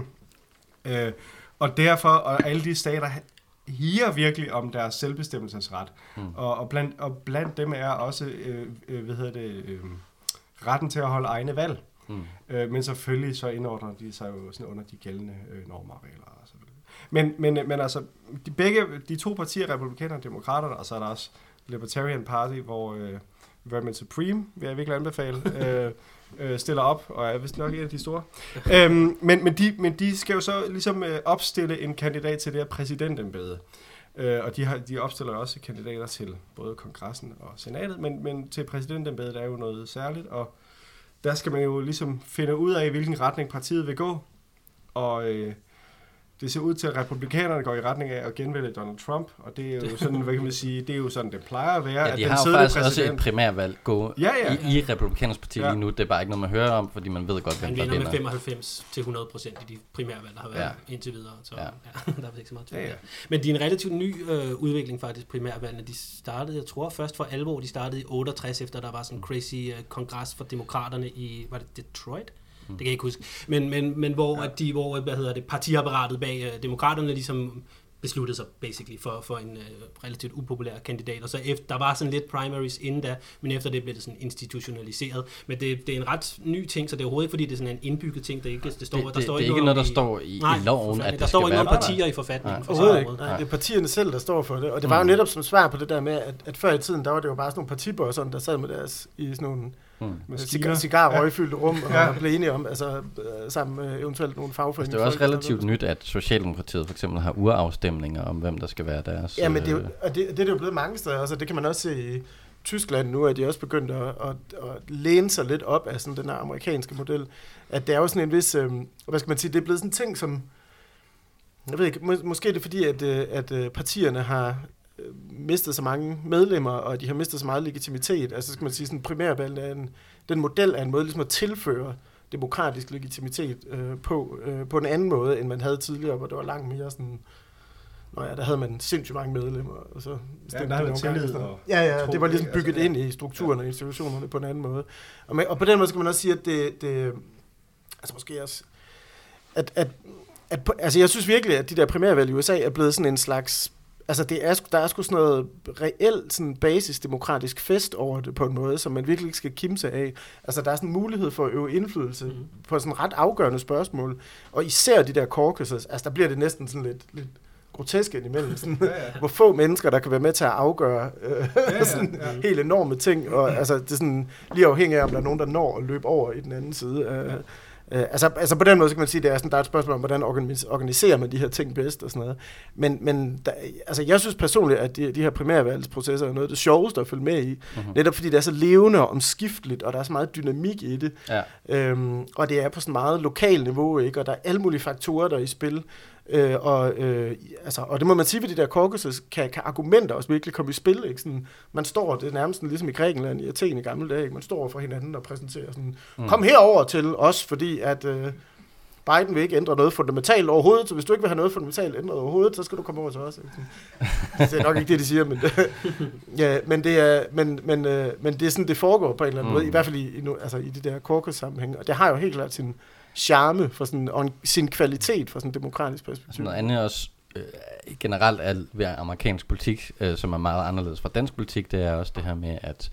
øh, og derfor, og alle de stater higer virkelig om deres selvbestemmelsesret. Mm. Og, og, blandt, og blandt dem er også, øh, øh, hvad hedder det... Øh, retten til at holde egne valg. Mm. Øh, men selvfølgelig så indordner de sig jo sådan under de gældende øh, normer og regler. Og så men, men, men altså, de, begge, de to partier, republikanerne og demokraterne, og så er der også Libertarian Party, hvor øh, Vermin Supreme, vil jeg virkelig anbefale, øh, øh, stiller op, og er vist nok en af de store. øhm, men, men, de, men de skal jo så ligesom øh, opstille en kandidat til det her præsidentembede. Øh, og de, har, de opstiller også kandidater til både kongressen og senatet, men, men til præsidentembedet er jo noget særligt, og der skal man jo ligesom finde ud af, i hvilken retning partiet vil gå. Og øh, det ser ud til, at republikanerne går i retning af at genvælge Donald Trump, og det er jo sådan, hvad kan man sige, det er jo sådan, det plejer at være. Ja, de at har den jo faktisk præsident... også et primærvalg gå ja, ja. i, i republikanernes parti ja. lige nu. Det er bare ikke noget, man hører om, fordi man ved godt, hvem der vinder. Han vinder med femoghalvfems til hundrede procent i de primærvalg, der har været ja. indtil videre. Så ja. Ja, der er ikke så meget tvivl. Ja, ja. Men de er en relativt ny øh, udvikling faktisk, primærvalgene. De startede, jeg tror først for alvor, de startede i otteogtres, efter der var sådan en crazy øh, kongres for demokraterne i, var det Detroit? Det kan jeg ikke huske. Men, men, men hvor, ja. at de, hvor hvad hedder det, partiapparatet bag uh, demokraterne ligesom besluttede sig basically for, for en uh, relativt upopulær kandidat. Og så efter, der var sådan lidt primaries inden da, men efter det blev det sådan institutionaliseret. Men det, det er en ret ny ting, så det er overhovedet ikke, fordi det er sådan en indbygget ting, der ikke det står, det, der det, står det ikke er ikke noget, der i, står i, nej, i loven, at der det står skal ikke nogen være partier i forfatningen. For nej, ikke. Nej, det er partierne selv, der står for det. Og det var jo netop som svar på det der med, at, at før i tiden, der var det jo bare sådan nogle partibosserne, der sad med deres i sådan nogle Hmm. Cigar, cigar-røgfyldte rum og ja. blev enige om, altså sammen med eventuelt nogle fagforeninger. Det er også relativt nyt, at Socialdemokratiet for eksempel har urafstemninger om, hvem der skal være deres... Ja, men det er jo, og det, det er jo blevet mange steder, altså det kan man også se i Tyskland nu, at de også begyndt at, at, at læne sig lidt op af sådan den her amerikanske model, at det er jo sådan en vis, øh, hvad skal man sige, det er blevet sådan en ting, som, jeg ved ikke, må, måske er det fordi, at, at partierne har mistet så mange medlemmer, og de har mistet så meget legitimitet. Altså skal man sige, sådan primærvalg er en, den model er en måde ligesom at tilføre demokratisk legitimitet øh, på, øh, på en anden måde, end man havde tidligere, hvor det var langt mere sådan Nå ja, der havde man sindssygt mange medlemmer, og så Ja, der havde man tillid og Ja, ja, tro, det var ligesom ikke? bygget Altså, ind i strukturerne og institutionerne på en anden måde. Og, med, og på den måde skal man også sige, at det, det altså måske også, at, at, at på, altså jeg synes virkelig, at de der primærvalg i U S A er blevet sådan en slags, altså det er, der er sgu sådan noget reelt sådan basisdemokratisk fest over det på en måde, som man virkelig ikke skal kimse af. Altså der er sådan en mulighed for at øve indflydelse mm. på sådan ret afgørende spørgsmål, og især de der caucuses, altså der bliver det næsten sådan lidt, lidt grotesk indimellem, sådan, ja, ja. hvor få mennesker, der kan være med til at afgøre øh, ja, ja, sådan ja. helt enorme ting, og altså, det er sådan lige afhængig af, om der er nogen, der når at løbe over i den anden side. Øh, øh, altså, altså på den måde, så kan man sige, det er sådan, der er et spørgsmål om, hvordan organiserer man de her ting bedst og sådan noget. Men, men der, altså, jeg synes personligt, at de, de her primærvalgsprocesser er noget af det sjoveste at følge med i, mm-hmm. netop fordi det er så levende og omskifteligt, og der er så meget dynamik i det. Ja. Øhm, og det er på sådan meget lokal niveau, ikke? Og der er alle mulige faktorer, der er i spil. Øh, og, øh, altså, og det må man sige ved de der caucuses, kan, kan argumenter også virkelig komme i spil. Ikke? Sådan, man står, det er nærmest sådan, ligesom i Grækenland i Athen i gamle dage, ikke? Man står for hinanden og præsenterer sådan, mm. kom herover til os, fordi at øh, Biden vil ikke ændre noget fundamentalt overhovedet, så hvis du ikke vil have noget fundamentalt ændret overhovedet, så skal du komme over til os. Ikke? Det er nok ikke det, de siger, men det, ja, men det er, men, men, øh, men det er sådan, det foregår på en eller anden mm. måde, i hvert fald i, i, altså, i de der caucus-sammenhæng, og det har jo helt klart sin charme for sådan, og sin kvalitet fra sådan et demokratisk perspektiv. Noget andet også øh, generelt er ved amerikansk politik, øh, som er meget anderledes fra dansk politik, det er også det her med, at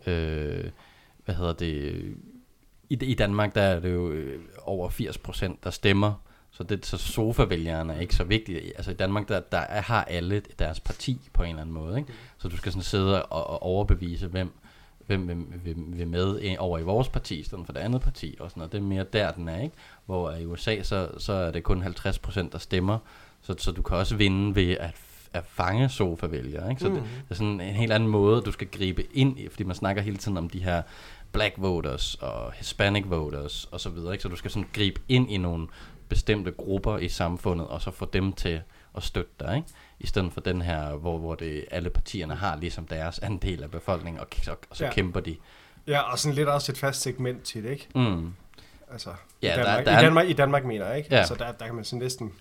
øh, hvad hedder det, i, i Danmark der er det jo øh, over firs procent, der stemmer, så, det, så sofa-vælgerne er ikke så vigtige. Altså i Danmark, der, der er, har alle deres parti på en eller anden måde, ikke? Så du skal sådan sidde og, og overbevise, hvem hvem vil, vil, vil med over i vores parti, i stedet for det andet parti, og sådan noget. Det er mere der, den er, ikke? Hvor i U S A, så, så er det kun halvtreds procent, der stemmer, så, så du kan også vinde ved at, at fange sofa-vælgere, ikke? Så mm. det, det er sådan en helt anden måde, du skal gribe ind i, fordi man snakker hele tiden om de her black voters og hispanic voters og så videre, ikke? Så du skal sådan gribe ind i nogle bestemte grupper i samfundet, og så få dem til at støtte dig, ikke? I stedet for den her, hvor, hvor det, alle partierne har ligesom deres andel af befolkningen, og, og, og så ja. kæmper de. Ja, og sådan lidt også et fast segment til det, ikke? Mm. Altså, ja, i, Danmark, der, der i, Danmark, i Danmark mener jeg, ikke? Ja. Altså, der, der kan man sådan næsten,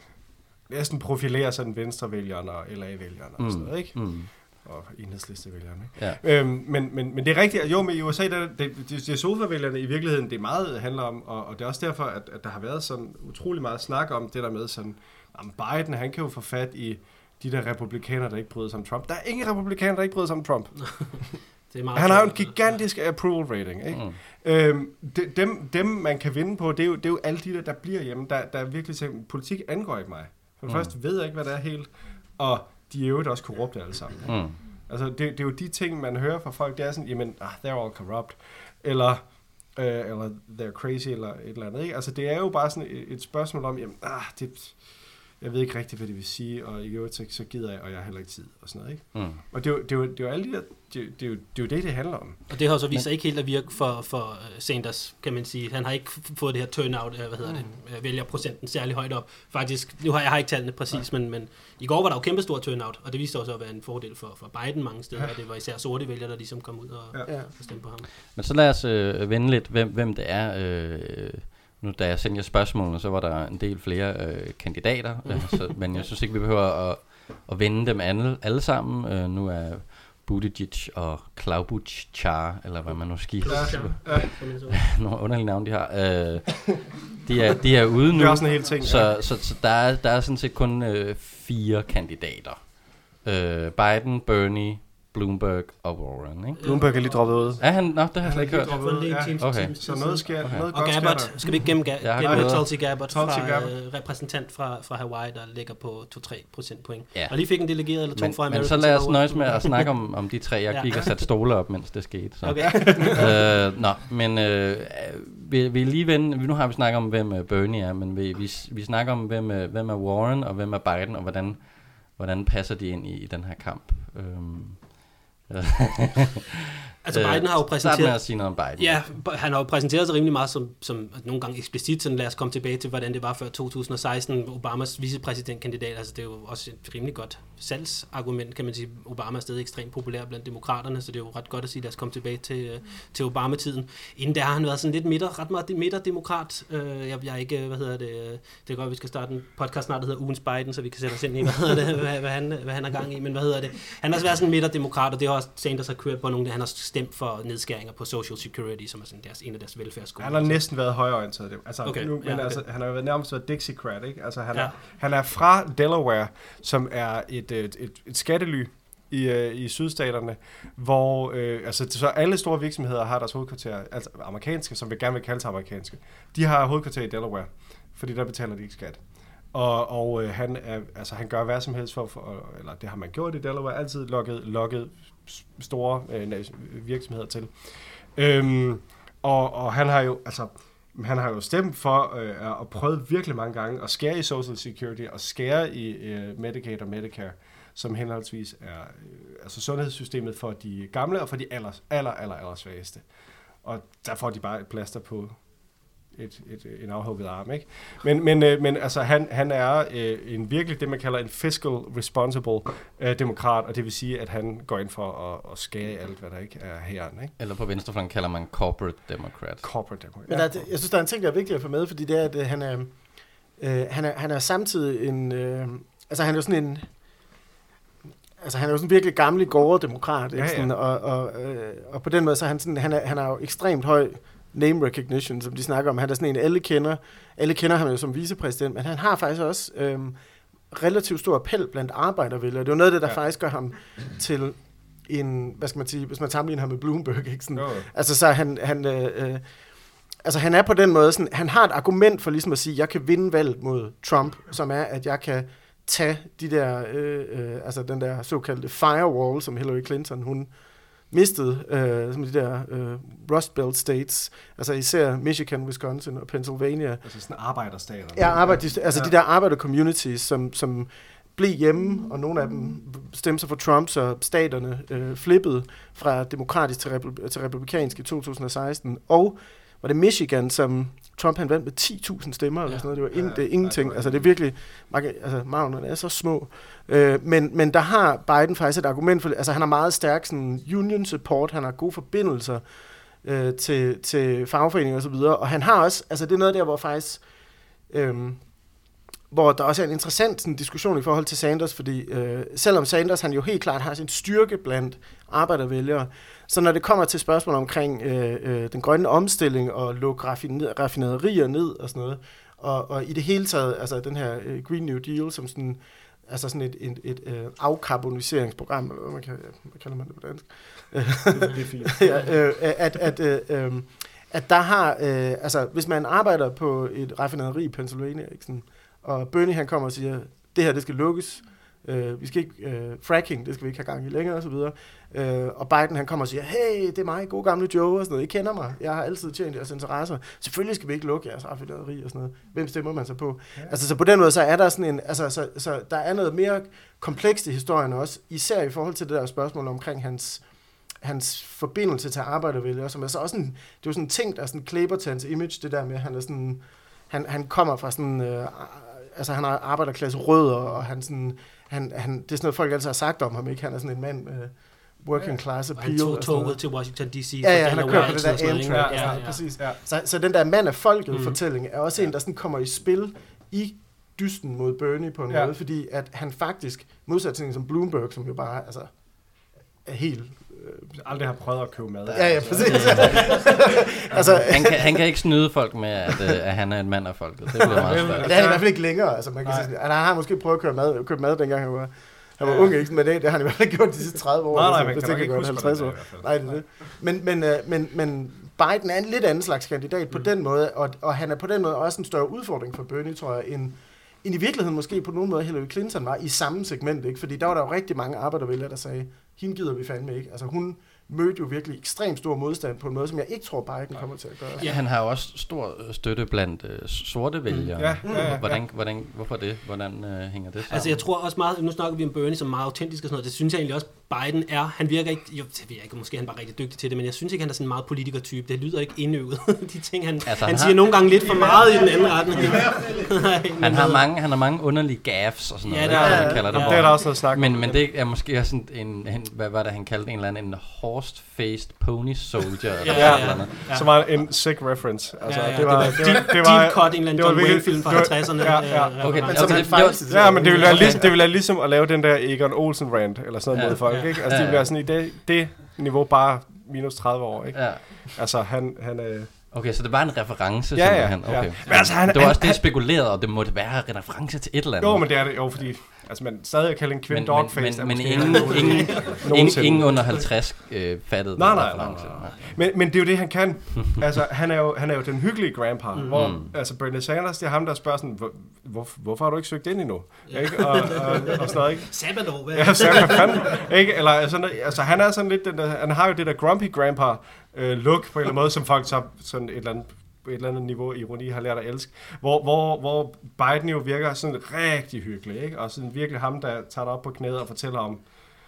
næsten profilere sådan venstrevælgerne og L A-vælgerne mm. og sådan noget, ikke? Mm. Og enhedslistevælgerne, ikke? Ja. Øhm, men, men, men det er rigtigt, at jo, med i U S A, der, det, det, det er sofa-vælgerne i virkeligheden, det meget handler om, og, og det er også derfor, at, at der har været sådan utrolig meget snak om det der med sådan, om Biden, han kan jo få fat i de der republikanere, der ikke bryder sig om Trump. Der er ingen republikanere, der ikke bryder sig om Trump. Det er meget han har jo en gigantisk approval rating, ikke? Mm. Øhm, de, dem, dem, man kan vinde på, det er jo, det er jo alle de der, der bliver hjemme, der, der er virkelig tænker, politik angår ikke mig. For det mm. første ved jeg ikke, hvad det er helt, og de er jo også korrupte alle sammen. Mm. Altså, det, det er jo de ting, man hører fra folk, det er sådan, jamen, ah, they're all corrupt, eller, øh, eller they're crazy, eller et eller andet, ikke? Altså, det er jo bare sådan et, et spørgsmål om, jamen, ah, det... Jeg ved ikke rigtigt, hvad det vil sige, og i øvrigt så gider jeg, og jeg har heller ikke tid, og sådan noget, ikke? Mm. Og det er, jo, det, er jo, det er jo alle de der, det, det, er jo, det er jo det, det handler om. Og det har så vist sig ikke helt at virke for, for Sanders, kan man sige. Han har ikke fået det her turnout, hvad hedder mm. det, vælgerprocenten særlig højt op. Faktisk, nu har jeg har ikke tallene præcis, men, men i går var der jo kæmpe stor turnout, og det viste også at være en fordel for, for Biden mange steder, ja. Og det var især sorte vælgere, der ligesom kom ud og, ja. og stemte på ham. Men så lad os øh, vende lidt, hvem, hvem det er. Øh, Nu, da jeg sendte jer spørgsmålene, så var der en del flere øh, kandidater, øh, så, men jeg synes ikke, vi behøver at, at vende dem alle, alle sammen. Øh, nu er Buttigieg og Klobuchar, eller hvad man nu skal ja, ja. Nogle underlige navne, de har. Øh, de, er, de er ude nu, det er også en hel ting, så, ja. så, så, så der, er, der er sådan set kun øh, fire kandidater. Øh, Biden, Bernie, Bloomberg og Warren, ikke? Bloomberg er lige droppet ud. Er han? Nå, det har jeg slet ikke hørt. Ja. Okay. Så noget sker, okay. noget og godt Gabbard, sker skal vi ikke gemme, ga- gemme Tulsi Gabbard, Tulsi fra, Gabbard. Uh, repræsentant fra, fra Hawaii, der ligger på to til tre procentpoint. Ja. Og lige fik en delegeret eller to men, fra American. Men så lad os nøjes med at snakke om, om de tre. Jeg gik ja. og satte stole op, mens det skete. Så. Okay. øh, nå, men øh, vi, vi lige vende, nu har vi snakket om, hvem Bernie er, men vi, vi, vi snakker om, hvem, hvem er Warren og hvem er Biden, og hvordan, hvordan passer de ind i, i den her kamp. Øhm. Altså Biden har jo præsenteret... Start med at sige noget om Biden. Ja, han har jo præsenteret sig rimelig meget som, som nogle gange eksplicit, sådan lad os komme tilbage til, hvordan det var før to tusind og seksten, Obamas vicepræsidentkandidat, altså det er jo også et rimelig godt salgsargument, kan man sige. Obama er stadig ekstremt populær blandt demokraterne, så det er jo ret godt at sige, lad os komme tilbage til, til Obama-tiden. Inden der har han været sådan lidt midter, ret meget midterdemokrat. Jeg, jeg er ikke, hvad hedder det, det er godt, at vi skal starte en podcast snart, der hedder Ugens Biden, så vi kan sætte os ind i, hvad hedder det, hvad, hvad, han, hvad han er gang i, men hvad hedder det. Han har også været sådan en midterdemokrat, og det har også Sanders har kørt på nogle, der han har stemt for nedskæringer på Social Security, som er sådan deres, en af deres velfærdsgoder. Han har næsten været højreorienteret. Altså, okay. nu, men ja, okay. altså, han har jo nærmest været Dixiecrat, ikke? Altså, han, ja. er, han er fra Delaware, som er et, et, et, et skattely i, uh, i sydstaterne, hvor øh, altså, så alle store virksomheder har deres hovedkvarter, altså amerikanske, som vi gerne vil kalde sig amerikanske, de har hovedkvarter i Delaware, fordi der betaler de ikke skat. Og, og øh, han, er, altså, han gør hvad som helst for, for, eller det har man gjort i Delaware, altid lukket, lukket store øh, virksomheder til. Øhm, og, og han har jo, altså, han har jo stemt for øh, og prøvet virkelig mange gange at skære i Social Security og skære i øh, Medicaid og Medicare, som henholdsvis er øh, altså sundhedssystemet for de gamle og for de aller, aller, aller, aller svageste. Og der får de bare et plaster på et, et, en afhugget arm, ikke? Men, men, øh, men altså, han, han er øh, en virkelig det, man kalder en fiscal responsible øh, demokrat, og det vil sige, at han går ind for at, at skære alt, hvad der ikke er herren, ikke? Eller på venstreflanken kalder man corporate democrat. Corporate democrat. Men der, jeg synes, der er en ting, der er vigtigt at få med, fordi det er, at øh, han, er, øh, han, er, han er samtidig en... Øh, altså, han er jo sådan en... Altså, han er jo sådan en virkelig gammel gårde-demokrat, ikke? Ja, ja. Sådan, og, og, øh, og på den måde, så er han sådan... Han er, han er jo ekstremt høj name recognition, som de snakker om. Han er sådan en, alle kender. Alle kender ham jo som vicepræsident, men han har faktisk også øhm, relativt stor appel blandt arbejdervælgere. Det er jo noget af det, der ja. faktisk gør ham til en, hvad skal man sige, hvis man sammenligner ham med Bloomberg, ikke sådan. Jo. Altså, så han, han, øh, øh, altså, han er på den måde sådan, han har et argument for ligesom at sige, jeg kan vinde valget mod Trump, som er, at jeg kan tage de der, øh, øh, altså den der såkaldte firewall, som Hillary Clinton, hun mistede, øh, som de der øh, Rust Belt states, altså især Michigan, Wisconsin og Pennsylvania. Altså sådan arbejderstater. Ja, arbejde, altså ja. de der arbejder-communities, som, som blev hjemme, og nogle af dem stemte sig for Trump, så staterne øh, flippede fra demokratisk til, repub- til republikansk i to tusind og seksten. Og var det Michigan, som Trump han vandt med ti tusind stemmer, eller sådan noget. Det var ingen, ja, det er ingenting. Altså det er virkelig, altså marginerne er så små. Øh, men, men der har Biden faktisk et argument for, altså han har meget stærk sådan union support, han har gode forbindelser øh, til, til fagforeninger og så videre, og han har også, altså det er noget der, hvor faktisk, øh, hvor der også er en interessant sådan, diskussion i forhold til Sanders, fordi øh, selvom Sanders han jo helt klart har sin styrke blandt arbejdervælgere, så når det kommer til spørgsmål omkring øh, øh, den grønne omstilling og lukke raffinaderier ned og sådan noget, og, og i det hele taget, altså den her øh, Green New Deal, som sådan, altså sådan et, et, et, et øh, afkarboniseringsprogram, eller hvad man kan, hvad kalder man det på dansk? Det er fint. ja, øh, at, at, øh, øh, at der har, øh, altså hvis man arbejder på et raffinaderi i Pennsylvania, ikke sådan, og Bernie han kommer og siger, det her det skal lukkes, uh, vi skal ikke, uh, fracking, det skal vi ikke have gang i længere og så videre, uh, og Biden han kommer og siger, hey, det er mig, god gamle Joe og sådan noget, I kender mig, jeg har altid tjent jeres interesser, selvfølgelig skal vi ikke lukke jeres raffinaderi og sådan noget, hvem stemmer man så på? Ja. Altså så på den måde, så er der sådan en, altså så, så der er noget mere komplekst i historien også, især i forhold til det der spørgsmål omkring hans, hans forbindelse til arbejdervælgere, som er så også en, det er jo sådan en ting, der sådan klæber til hans image, det der med, at han er sådan, han, han kommer fra sådan, øh, altså han har arbejderklasse rødder, og han sådan, han, han, det er sådan noget, folk altid har sagt om ham, ikke? Han er sådan en mand med working class appeal. Han tog toget til Washington D C. Ja, ja, han har kørt på det der Amtrak. Ja, ja, ja. Præcis. Ja. Så, så den der mand af folket mm. fortælling er også ja. en, der sådan kommer i spil i dysten mod Bernie på en ja. måde, fordi at han faktisk, modsætningen som Bloomberg, som jo bare altså, er helt aldrig har prøvet at købe mad. Ja, ja, præcis. altså, han, kan, han kan ikke snyde folk med, at, at han er en mand af folket. Det bliver meget svært. Det er han i hvert fald ikke længere. Altså, man kan sige, han har måske prøvet at købe mad, købe mad dengang han var, han var ja. ung, ikke? Men det, det har han i hvert fald gjort de sidste tredive år. Nej, nej, man kan ikke huske halvtreds år. Nej, det er det. Men, men, men, men Biden er en lidt anden slags kandidat på mm. den måde, og, og han er på den måde også en større udfordring for Bernie, tror jeg, end, end i virkeligheden måske på nogen måde Hillary Clinton var i samme segment, ikke? Fordi der var der jo rigtig mange arbejdervælgere, der sagde, hende gider vi fandme ikke. Altså hun mødte jo virkelig ekstremt stor modstand på en måde, som jeg ikke tror, Biden kommer til at gøre. Ja, han har jo også stor støtte blandt øh, sorte vælgere. Ja, ja, ja. Hvordan, hvordan, hvorfor det? Hvordan øh, hænger det sammen? Altså jeg tror også meget, nu snakker vi om Bernie som meget autentisk og sådan noget, det synes jeg egentlig også, Biden er, han virker ikke, jo, det ved jeg ikke, måske er han bare rigtig dygtig til det, men jeg synes ikke, han er sådan en meget politikertype, det lyder ikke indøvet, de ting, han, altså, han, han siger har... nogle gange lidt for meget i den anden retning. han, har mange, han har mange underlige gaffes og sådan noget, ja, der, ikke, han kalder det, ja, det er der også noget snak men, men det er måske også sådan en, en, hvad var det, han kaldte en eller anden, en horse-faced pony soldier, eller ja, eller andet. Ja. Som var en sick reference. Altså, ja, ja, det var, det var, det var, det var deep cut, en eller anden John Wayne-film fra halvtredserne. Ja, ja. Okay, men okay, okay, det, det, ja, men det ville være okay. ligesom, det ville være ligesom at lave den der Egon Olsen rant eller sådan noget ja, mod folk, ja, ikke? Altså, ja, ja. det ville være sådan i det, det niveau bare minus tredive år, ikke? Ja. Altså, han... han øh... Okay, så det var en reference, ja, ja, simpelthen. Okay. Ja. Men altså, han, det var han, også det han, spekuleret, og det måtte være en reference til et eller andet. Jo, men det er det jo, fordi... Altså, man stadig at kalde en kvinde dogface. Men, men, men ingen, ingen, ingen, ingen under halvtreds øh, fattede nej, den nej, reference. Nej, nej. Men, men det er jo det, han kan. Altså, han er jo, han er jo den hyggelige grandpa, mm. hvor altså, Bernie Sanders, det er ham, der spørger sådan, hvor, hvor, hvorfor har du ikke søgt ind endnu? Ja. Ikke? Og, og, og sådan noget, ikke? Sabbatår, hvad? Ja, sabbatår, ikke? Eller, altså, altså, han er sådan lidt, den der, han har jo det der grumpy grandpa øh, look på en eller anden måde, som folk så sådan et eller andet et eller andet niveau ironi har lært at elske, hvor, hvor, hvor Biden jo virker sådan rigtig hyggelig, ikke? Og sådan virkelig ham, der tager det op på knæet og fortæller om,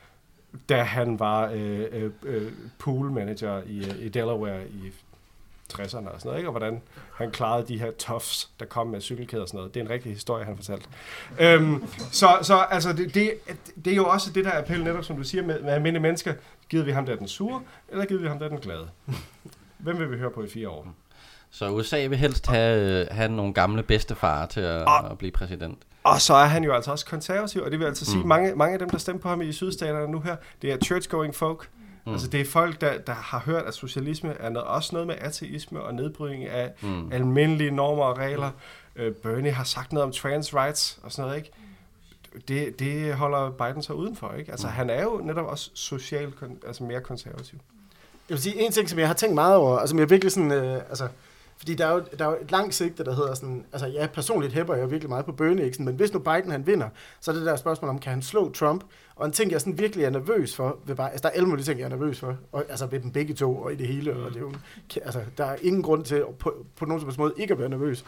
da han var øh, øh, pool manager i, i Delaware i tresserne og sådan noget, ikke? Og hvordan han klarede de her toughs, der kom med cykelkæder og sådan noget. Det er en rigtig historie, han fortalte. Øhm, så, så altså, det, det, det er jo også det der appel netop, som du siger, med, med almindelige mennesker. Gider vi ham der den sure, eller gider vi ham der den glade? Hvem vil vi høre på i fire år? Så U S A vil helst have, have nogle gamle bedstefarer til at, og, at blive præsident. Og så er han jo altså også konservativ, og det vil altså sige, mm. mange, mange af dem, der stemmer på ham i sydstaterne nu her, det er church-going folk. Mm. Altså det er folk, der, der har hørt, at socialisme er noget, også noget med ateisme og nedbrydning af mm. almindelige normer og regler. Mm. Uh, Bernie har sagt noget om trans rights og sådan noget, ikke? Det, det holder Biden så udenfor, ikke? Altså mm. han er jo netop også socialt, altså mere konservativ. Jeg vil sige, en ting, som jeg har tænkt meget over, og som jeg virkelig sådan, øh, altså, fordi der er, jo, der er jo et langt sigte, der hedder sådan, altså jeg personligt hæpper jeg virkelig meget på Bernie, ikke? Men hvis nu Biden han vinder, så er det der spørgsmål om, kan han slå Trump? Og en ting, jeg sådan virkelig er nervøs for, ved Biden, altså der er alle mulige ting, jeg er nervøs for, og, altså ved dem begge to, og i det hele, og det er jo, altså der er ingen grund til på, på nogen som helst måde ikke at være nervøs.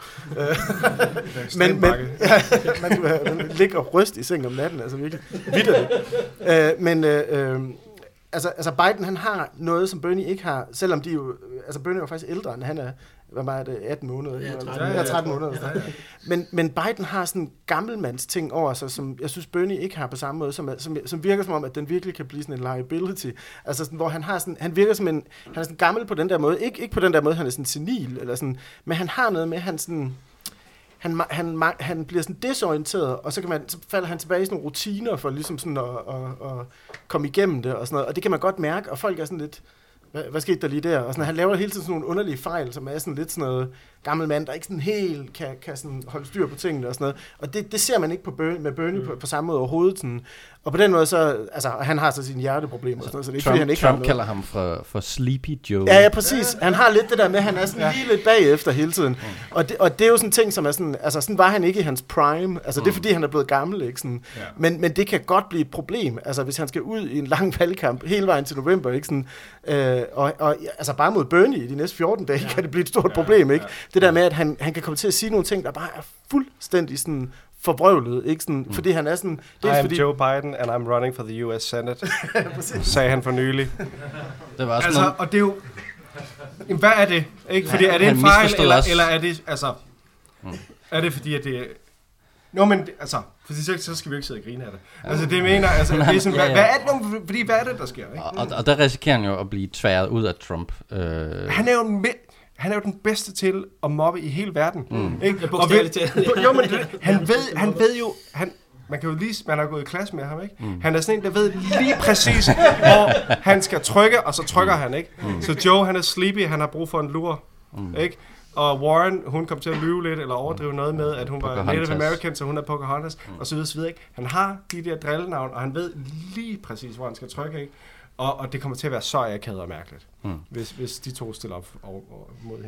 men men ja, man, man ligger og ryst i sengen om natten, altså virkelig vitterligt. øh, men øh, øh, Altså, altså Biden, han har noget, som Bernie ikke har, selvom de jo, altså Bernie er jo faktisk ældre, end han er, hvad var det, atten måneder? Ja, tretten, eller, ja, tretten måneder. Ja, ja. Men, men Biden har sådan en gammelmands ting over sig, som jeg synes, Bernie ikke har på samme måde, som, som, som virker som om, at den virkelig kan blive sådan en liability. Altså sådan, hvor han har sådan, han virker som en, han er sådan gammel på den der måde, ikke, ikke på den der måde, han er sådan senil, eller sådan, men han har noget med, han sådan, Han, han, han bliver sådan desorienteret, og så, kan man, så falder han tilbage i sådan nogle rutiner for ligesom sådan at, at, at komme igennem det og sådan noget. Og det kan man godt mærke, og folk er sådan lidt, hvad, hvad skete der lige der? Og sådan, han laver hele tiden sådan nogle underlige fejl, som er sådan lidt sådan noget gammel mand, der ikke sådan helt kan, kan sådan holde styr på tingene og sådan noget. Og det, det ser man ikke på Bernie, med Bernie mm. på, på samme måde overhovedet. Sådan. Og på den måde så, altså han har så sine hjerteproblemer og sådan noget, så det er ikke Trump, fordi, han ikke Trump har noget. kalder ham for, for Sleepy Joe. Ja, ja, præcis. Han har lidt det der med, at han er sådan ja. lige lidt bagefter hele tiden. Mm. Og, det, og det er jo sådan en ting, som er sådan, altså sådan var han ikke i hans prime. Altså mm. det er fordi, han er blevet gammel, ikke sådan. Ja. Men, men det kan godt blive et problem, altså hvis han skal ud i en lang valgkamp hele vejen til november, ikke sådan. Øh, og, og altså bare mod Bernie i de næste fjorten dage, ja. kan det blive et stort ja, problem, ikke? Ja. Det der med, at han, han kan komme til at sige nogle ting, der bare er fuldstændig sådan forbrøvlet, ikke sådan, mm. fordi han er sådan... I am fordi, Joe Biden, and I'm running for the U S Senate, sagde han for nylig. Det var altså, noget... og det er jo... Jamen, hvad er det? Ikke? Fordi er det en fejl, eller, eller er det... Altså, mm. er det fordi, at det... Nå, men altså, fordi så, så skal vi ikke sidde og grine af det. Ja. Altså, det mener, altså, det er sådan, ja, ja. Hvad, hvad er det, fordi, hvad er det, der sker? Ikke? Og, og der risikerer han jo at blive tværet ud af Trump. Øh... Han er jo en... Han er jo den bedste til at mobbe i hele verden. Mm. Ikke? Og ved, jo, men han ved, han ved jo, han, man kan jo lige, man har gået i klasse med ham, ikke? Mm. Han er sådan en, der ved lige præcis, hvor han skal trykke, og så trykker han, ikke? Mm. Så Joe, han er sleepy, han har brug for en lur, mm. ikke? Og Warren, hun kom til at lyve lidt, eller overdrive noget med, at hun var Native American, så hun er Pocahontas, mm. og så videre, så videre, ikke? Han har de der drillenavn, og han ved lige præcis, hvor han skal trykke, ikke? Og, og det kommer til at være så akavet og mærkeligt, mm. hvis, hvis de to stiller op over, over, mod hinanden.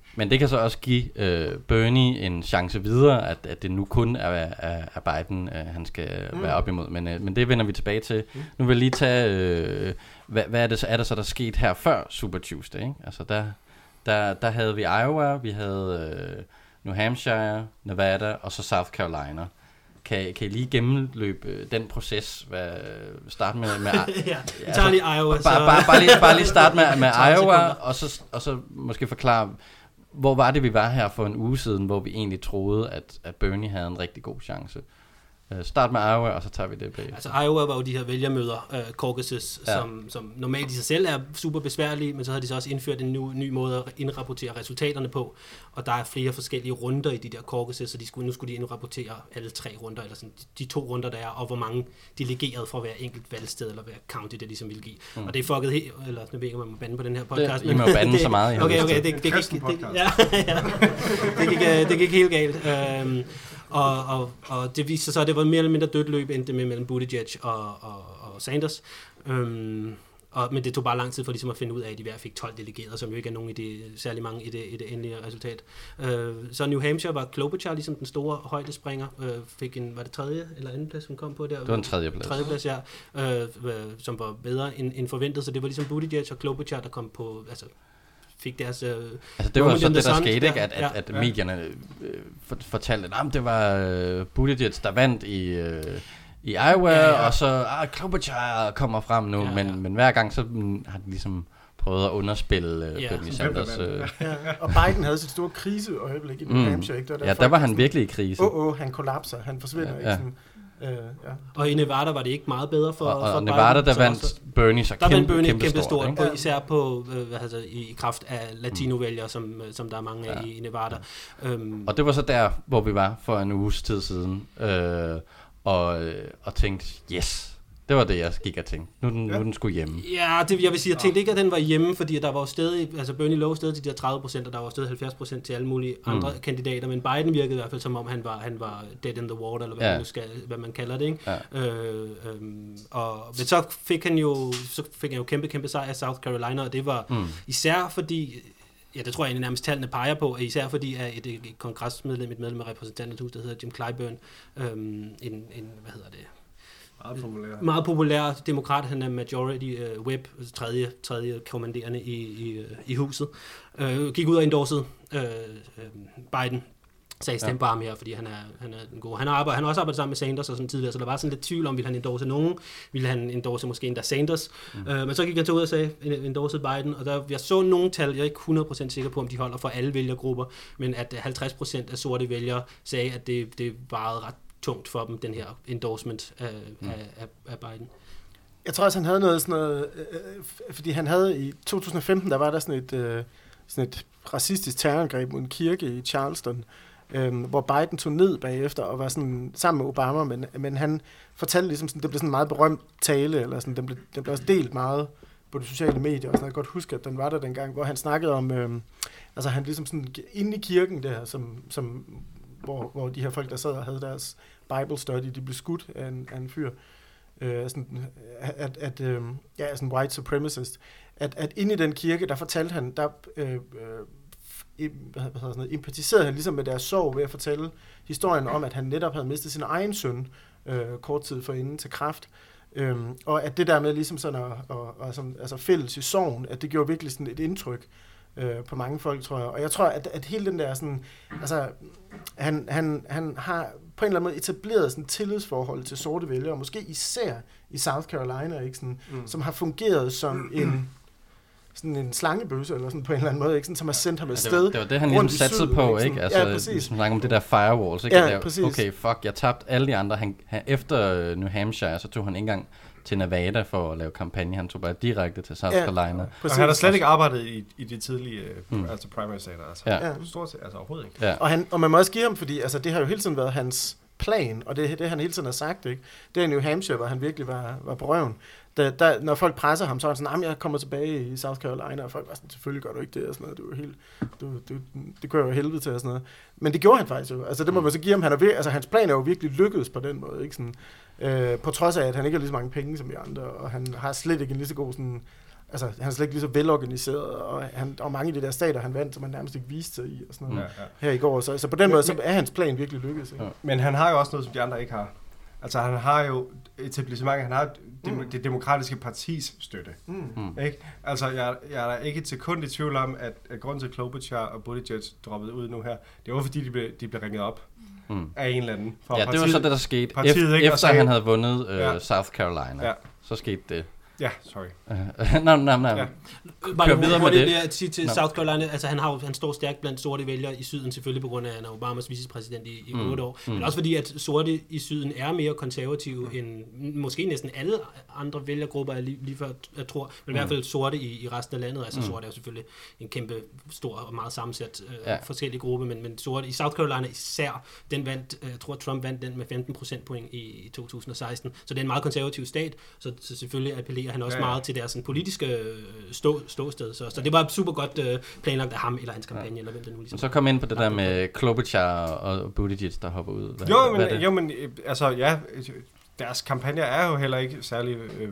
Men det kan så også give øh, Bernie en chance videre, at, at det nu kun er, er, er Biden, øh, han skal mm. være op imod. Men, øh, men det vender vi tilbage til. Mm. Nu vil jeg lige tage, øh, hvad, hvad er det så, er der så, der sket her før Super Tuesday? Ikke? Altså der, der, der havde vi Iowa, vi havde øh, New Hampshire, Nevada og så South Carolina. Kan, kan I lige gennemløbe den proces? Hvad, starte med... med ja, vi tager lige Iowa. Bare, bare, bare, bare, lige, bare lige starte med, med Iowa, og så, og så måske forklare, hvor var det, vi var her for en uge siden, hvor vi egentlig troede, at, at Bernie havde en rigtig god chance. Uh, start med Iowa, og så tager vi det bag. Altså Iowa var jo de her vælgermøder, uh, caucuses, ja. som, som normalt i sig selv er super besværlige, men så havde de så også indført en ny, ny måde at indrapportere resultaterne på, og der er flere forskellige runder i de der caucuses, så de skulle, nu skulle de indrapportere alle tre runder, eller sådan, de, de to runder der er, og hvor mange delegerede fra hver enkelt valgsted, eller hver county, det ligesom vil give. Mm. Og det er fucket helt, eller nu ved jeg ikke, om man må bande på den her podcast. Det, I må bande det, så meget. Okay, okay, det, det, det, gik, det, ja, ja, det, gik, det gik helt galt. Um, Og, og, og det viste sig så, at det var mere eller mindre dødt løb, endte med mellem Buttigieg og, og, og Sanders. Øhm, og, men det tog bare lang tid for ligesom at finde ud af, at de hver fik tolv delegerede, som jo ikke er nogen i det, særlig mange i det, i det endelige resultat. Øh, så New Hampshire var Klobuchar ligesom den store højdespringer, øh, fik en, var det tredje eller anden plads, hun kom på der? Det var en tredje plads. Tredje plads, ja, øh, som var bedre end, end forventet, så det var ligesom Buttigieg og Klobuchar, der kom på, altså fik deres... Øh, altså det var så det, der skete, ikke? At, at, at ja. medierne øh, fortalte, at det var øh, Buttigieg, der vandt i, øh, i Iowa, ja, ja. og så ah, Klobuchar kommer frem nu, ja, ja. Men, men hver gang så mm, har de ligesom prøvet at underspille øh, ja. Bernie Sanders. Øh. Ja, og Biden havde sit store kriseøjeblik i New Hampshire, ikke? Der ja, der var han virkelig i krise. Åh, oh, oh, han kollapser, han forsvinder, ja, ikke sådan... Uh, ja. Og i Nevada var det ikke meget bedre for, og, og for Nevada, Biden, der vandt så Bernie så der kæmpe, Bernie kæmpe, kæmpe stort, stort, ikke? især på hvad hedder, i kraft af latino-vælgere, som, som der er mange af ja. i Nevada. Ja. Um, og det var så der, hvor vi var for en uges tid siden, øh, og, og tænkte, yes, det var det, jeg gik og tænkte. Nu er den, ja. nu er den sgu hjemme. Ja, det, jeg vil sige, jeg tænkte ikke, at den var hjemme, fordi der var stadig, altså Bernie lå stadig til de der tredive procent, og der var stadig halvfjerds procent til alle mulige mm. andre kandidater, men Biden virkede i hvert fald, som om han var, han var dead in the water, eller hvad, ja. man, nu skal, hvad man kalder det, ikke? Ja. Øh, øhm, og, men så fik han jo, så fik han jo kæmpe, kæmpe sejr af South Carolina, og det var mm. især fordi, ja, det tror jeg egentlig nærmest tallene peger på, især fordi at et, et kongresmedlem, et medlem af repræsentanternes hus, der hedder Jim Clyburn, øhm, en, en, hvad hedder det, Meget populær. Meget populær demokrat, han er majority uh, whip, tredje, tredje kommanderende i, i, i huset. Uh, gik ud og endorsede uh, uh, Biden. Sagde stem bare mere, fordi han er, han er en god. Han har, arbejdet, han har også arbejdet sammen med Sanders og sådan tidligere, så der var sådan lidt tvivl om, ville han endorse nogen, ville han endorse måske endda Sanders. Mm. Uh, men så gik han til ud og sagde, endorsede Biden, og der, jeg så nogle tal, jeg er ikke hundrede procent sikker på, om de holder for alle vælgergrupper, men at halvtreds procent af sorte vælgere sagde, at det, det varede ret tungt for dem, den her endorsement af, mm. af, af, af Biden. Jeg tror også, han havde noget sådan noget, øh, fordi han havde i to tusind og femten, der var der sådan et, øh, sådan et racistisk terrorangreb mod en kirke i Charleston, øh, hvor Biden tog ned bagefter og var sådan sammen med Obama, men, men han fortalte ligesom sådan, det blev sådan en meget berømt tale, eller sådan, den blev, den blev også delt meget på de sociale medier, og sådan, jeg kan godt huske, at den var der dengang, hvor han snakkede om, øh, altså han ligesom sådan, inde i kirken der, som, som Hvor, hvor de her folk, der sad og havde deres Bible study, de blev skudt af en, af en fyr, øh, sådan, at, at øh, ja, sådan white supremacist, at, at inde i den kirke, der fortalte han, der øh, øh, hvad hedder sådan noget, empatiserede han ligesom med deres sorg ved at fortælle historien om, at han netop havde mistet sin egen søn øh, kort tid forinden til kræft, øh, og at det der med ligesom sådan at, og, og, sådan, altså fælles i sorgen, at det gjorde virkelig sådan et indtryk øh, på mange folk, tror jeg. Og jeg tror, at, at hele den der sådan, altså, han, han, han har på en eller anden måde etableret sådan et tillidsforhold til sorte vælgere, og måske især i South Carolina, ikke? Sådan, mm. som har fungeret som en sådan en slangebøsse, eller sådan på en eller anden måde, ikke? Sådan, som har sendt ham afsted. Ja, det, var, det var det, han ligesom satte på, ikke? Altså, ja, præcis. Som snakker om det der firewalls, ikke? Ja, præcis. Okay, fuck, jeg tabte alle de andre. Han, han, efter New Hampshire, så tog han ikke engang til Nevada for at lave kampagne. Han tog bare direkte til South Carolina. Ja, og han har slet ikke arbejdet i, i de tidlige mm. altså primary stater. Altså, ja. Stort set, altså overhovedet ikke. Ja. Og, han, og man må også give ham, fordi altså, det har jo hele tiden været hans plan, og det, det han hele tiden har sagt, ikke? Det er i New Hampshire, hvor han virkelig var, var på røven. Da, der, når folk presser ham, så er han sådan, jeg kommer tilbage i South Carolina, og folk var sådan, selvfølgelig gør du ikke det, og sådan noget, du er helt, du, du, det gør jo helvede til, og sådan noget. Men det gjorde han faktisk jo, altså det må man så give ham, han er vir- altså hans plan er jo virkelig lykkedes på den måde, ikke sådan, øh, på trods af, at han ikke har lige så mange penge som de andre, og han har slet ikke en lige så god sådan altså, han er slet ikke lige så velorganiseret, og, han, og mange af de der stater, han vandt, som han nærmest ikke viste sig i, og sådan noget, ja, ja. her i går. Så, så på den måde, så er hans plan virkelig lykkedes. Ikke? Ja. Men han har jo også noget, som de andre ikke har. Altså, han har jo etablissementet, han har det, mm. det demokratiske partis støtte. Mm. Ikke? Altså, jeg, jeg er ikke et sekund i tvivl om, at, at grunden til, at Klobuchar og Buttigieg droppede ud nu her, det var, fordi de blev, de blev ringet op mm. af en eller anden. Ja, partiet, det var så det, der skete, partiet, efter, ikke? efter han havde vundet uh, ja. South Carolina. Ja. Så skete det. Ja, sorry. Nej, nej, nej. Bare videre med det. At sige til no. South Carolina, altså han, har, han står stærkt blandt sorte vælgere i syden, selvfølgelig på grund af, at han er Obamas vicepræsident i, i mm. otte år, mm. men også fordi, at sorte i syden er mere konservative mm. end måske næsten alle andre vælgergrupper, jeg lige, lige før jeg tror, men mm. i hvert fald sorte i, i resten af landet. Altså mm. sorte er jo selvfølgelig en kæmpe stor og meget sammensat øh, ja. forskellig gruppe, men, men sorte i South Carolina især, den vandt, jeg tror Trump vandt den med femten procentpoint i, i to tusind og seksten, så det er en meget konservativ stat, så, så selvfølgelig appellerer han også ja, ja. meget til deres sådan, politiske stå, ståsted. Så, så det var super godt øh, planlagt af ham eller hans kampagne, ja. eller hvem det nu ligesom. Så kom ind på det der med Klobuchar og Buttigieg, der hopper ud. Hvad, jo, men, hvad jo, men altså, ja, deres kampagne er jo heller ikke særlig øh,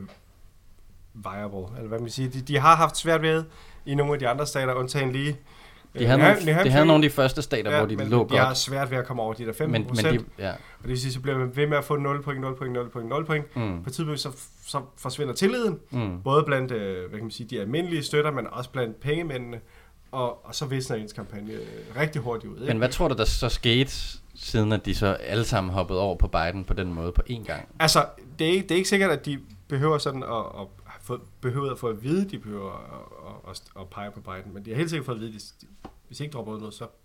viable, eller hvad man siger. De, de har haft svært ved i nogle af de andre stater, undtagen lige. De havde, nogle, de havde nogle af de første stater, ja, hvor de men, lå men godt. De har svært ved at komme over de der femten procent. Men, men de, ja. Og det vil sige, så bliver man ved med at få nul point, nul point, nul point, nul point. Mm. På tidspunkt så, så forsvinder tilliden, mm. både blandt øh, hvad kan man sige, de almindelige støtter, men også blandt pengemændene. Og, og så visner ens kampagne rigtig hurtigt ud. Ikke? Men hvad tror du, der så skete, siden at de så alle sammen hoppede over på Biden på den måde på én gang? Altså, det er, ikke, det er ikke sikkert, at de behøver sådan at, at, få, behøver at få at vide, de behøver at, at, at, at pege på Biden. Men de har helt sikkert fået at vide, at de, hvis I ikke dropper ud noget, så,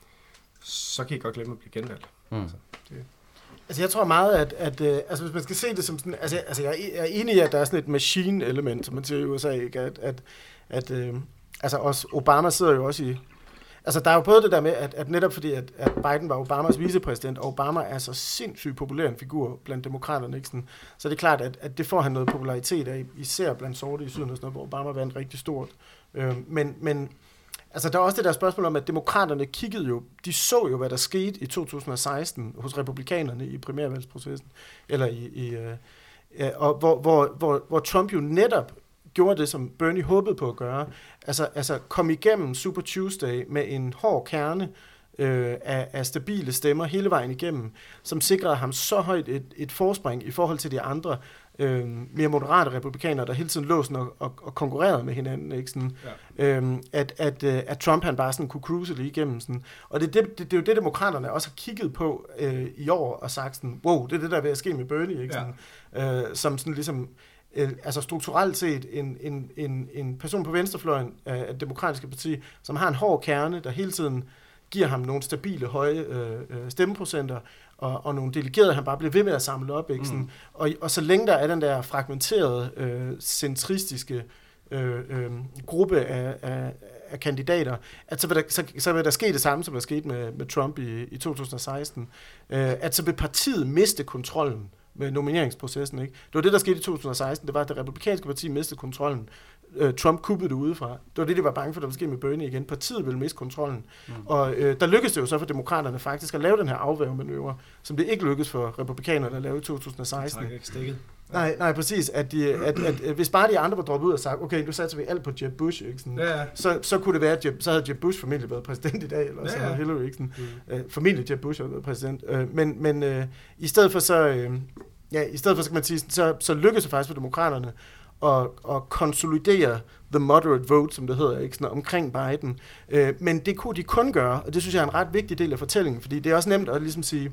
så kan I godt glemme at blive genvalgt. Mm. Altså, det. altså jeg tror meget, at, at øh, altså, hvis man skal se det som sådan, altså, altså jeg er enig i, at der er sådan et machine-element, som man siger i U S A, ikke? At, at, at øh, altså også Obama sidder jo også i, altså der er jo både det der med, at, at netop fordi, at, at Biden var Obamas vicepræsident, og Obama er så sindssygt populær en figur blandt demokraterne, ikke sådan, så det er klart, at, at det får han noget popularitet af, især blandt sorte i syden og sådan noget, hvor Obama vandt rigtig stort. Øh, men, men altså, der er også det der spørgsmål om, at demokraterne kiggede jo, de så jo, hvad der skete i to tusind og seksten hos republikanerne i primærvalgsprocessen, eller i, i øh, og hvor, hvor, hvor, hvor Trump jo netop gjorde det, som Bernie håbede på at gøre, altså, altså kom igennem Super Tuesday med en hård kerne øh, af, af stabile stemmer hele vejen igennem, som sikrede ham så højt et, et forspring i forhold til de andre øh, mere moderate republikanere, der hele tiden lå sådan og, og, og konkurrerede med hinanden, ikke? Sådan, ja. øh, at, at, at Trump han bare sådan kunne cruise lige igennem. Sådan. Og det, det, det, det er jo det, demokraterne også har kigget på øh, i år og sagt sådan, wow, det er det, der er ved at ske med Bernie, ikke? Sådan, ja. øh, som sådan ligesom øh, altså strukturelt set en, en, en, en person på venstrefløjen af det demokratiske parti, som har en hård kerne, der hele tiden giver ham nogle stabile, høje øh, stemmeprocenter, og, og nogle delegerede, han bare bliver ved med at samle op. Ikke? Sådan, mm. og, og så længe der er den der fragmenterede, øh, centristiske øh, øh, gruppe af, af, af kandidater, at så vil, der, så, så vil der ske det samme, som der skete med, med Trump i, i to tusind og seksten. Øh, at så vil partiet miste kontrollen med nomineringsprocessen. Ikke? Det var det, der skete i to tusind og seksten. Det var, at det republikanske parti mistede kontrollen. Trump kuppede det udefra. Det var det, de var bange for, der ville ske med Bernie igen. Partiet ville miste kontrollen. Mm. Og øh, der lykkedes det jo så for demokraterne faktisk at lave den her afværgemanøvre, som det ikke lykkedes for republikanerne at lave i to tusind og seksten. Tak, ikke stikket. Nej, nej, præcis. At, de, at, at, at hvis bare de andre var droppet ud og sagt, okay, nu satser vi alt på Jeb Bush, ikke? Sådan, ja, ja. Så, så kunne det være, at Jeb, så havde Jeb Bush formentlig været præsident i dag, eller ja, så havde Hillary, ikke? Sådan, mm. øh, formentlig Jeb Bush havde været præsident. Øh, men men øh, i stedet for så, øh, ja, i stedet for, så kan man sige, så, så lykkedes det faktisk for demokraterne og, og konsolidere the moderate vote, som det hedder, ikke? Sådan, omkring Biden. Øh, men det kunne de kun gøre, og det synes jeg er en ret vigtig del af fortællingen, fordi det er også nemt at ligesom sige,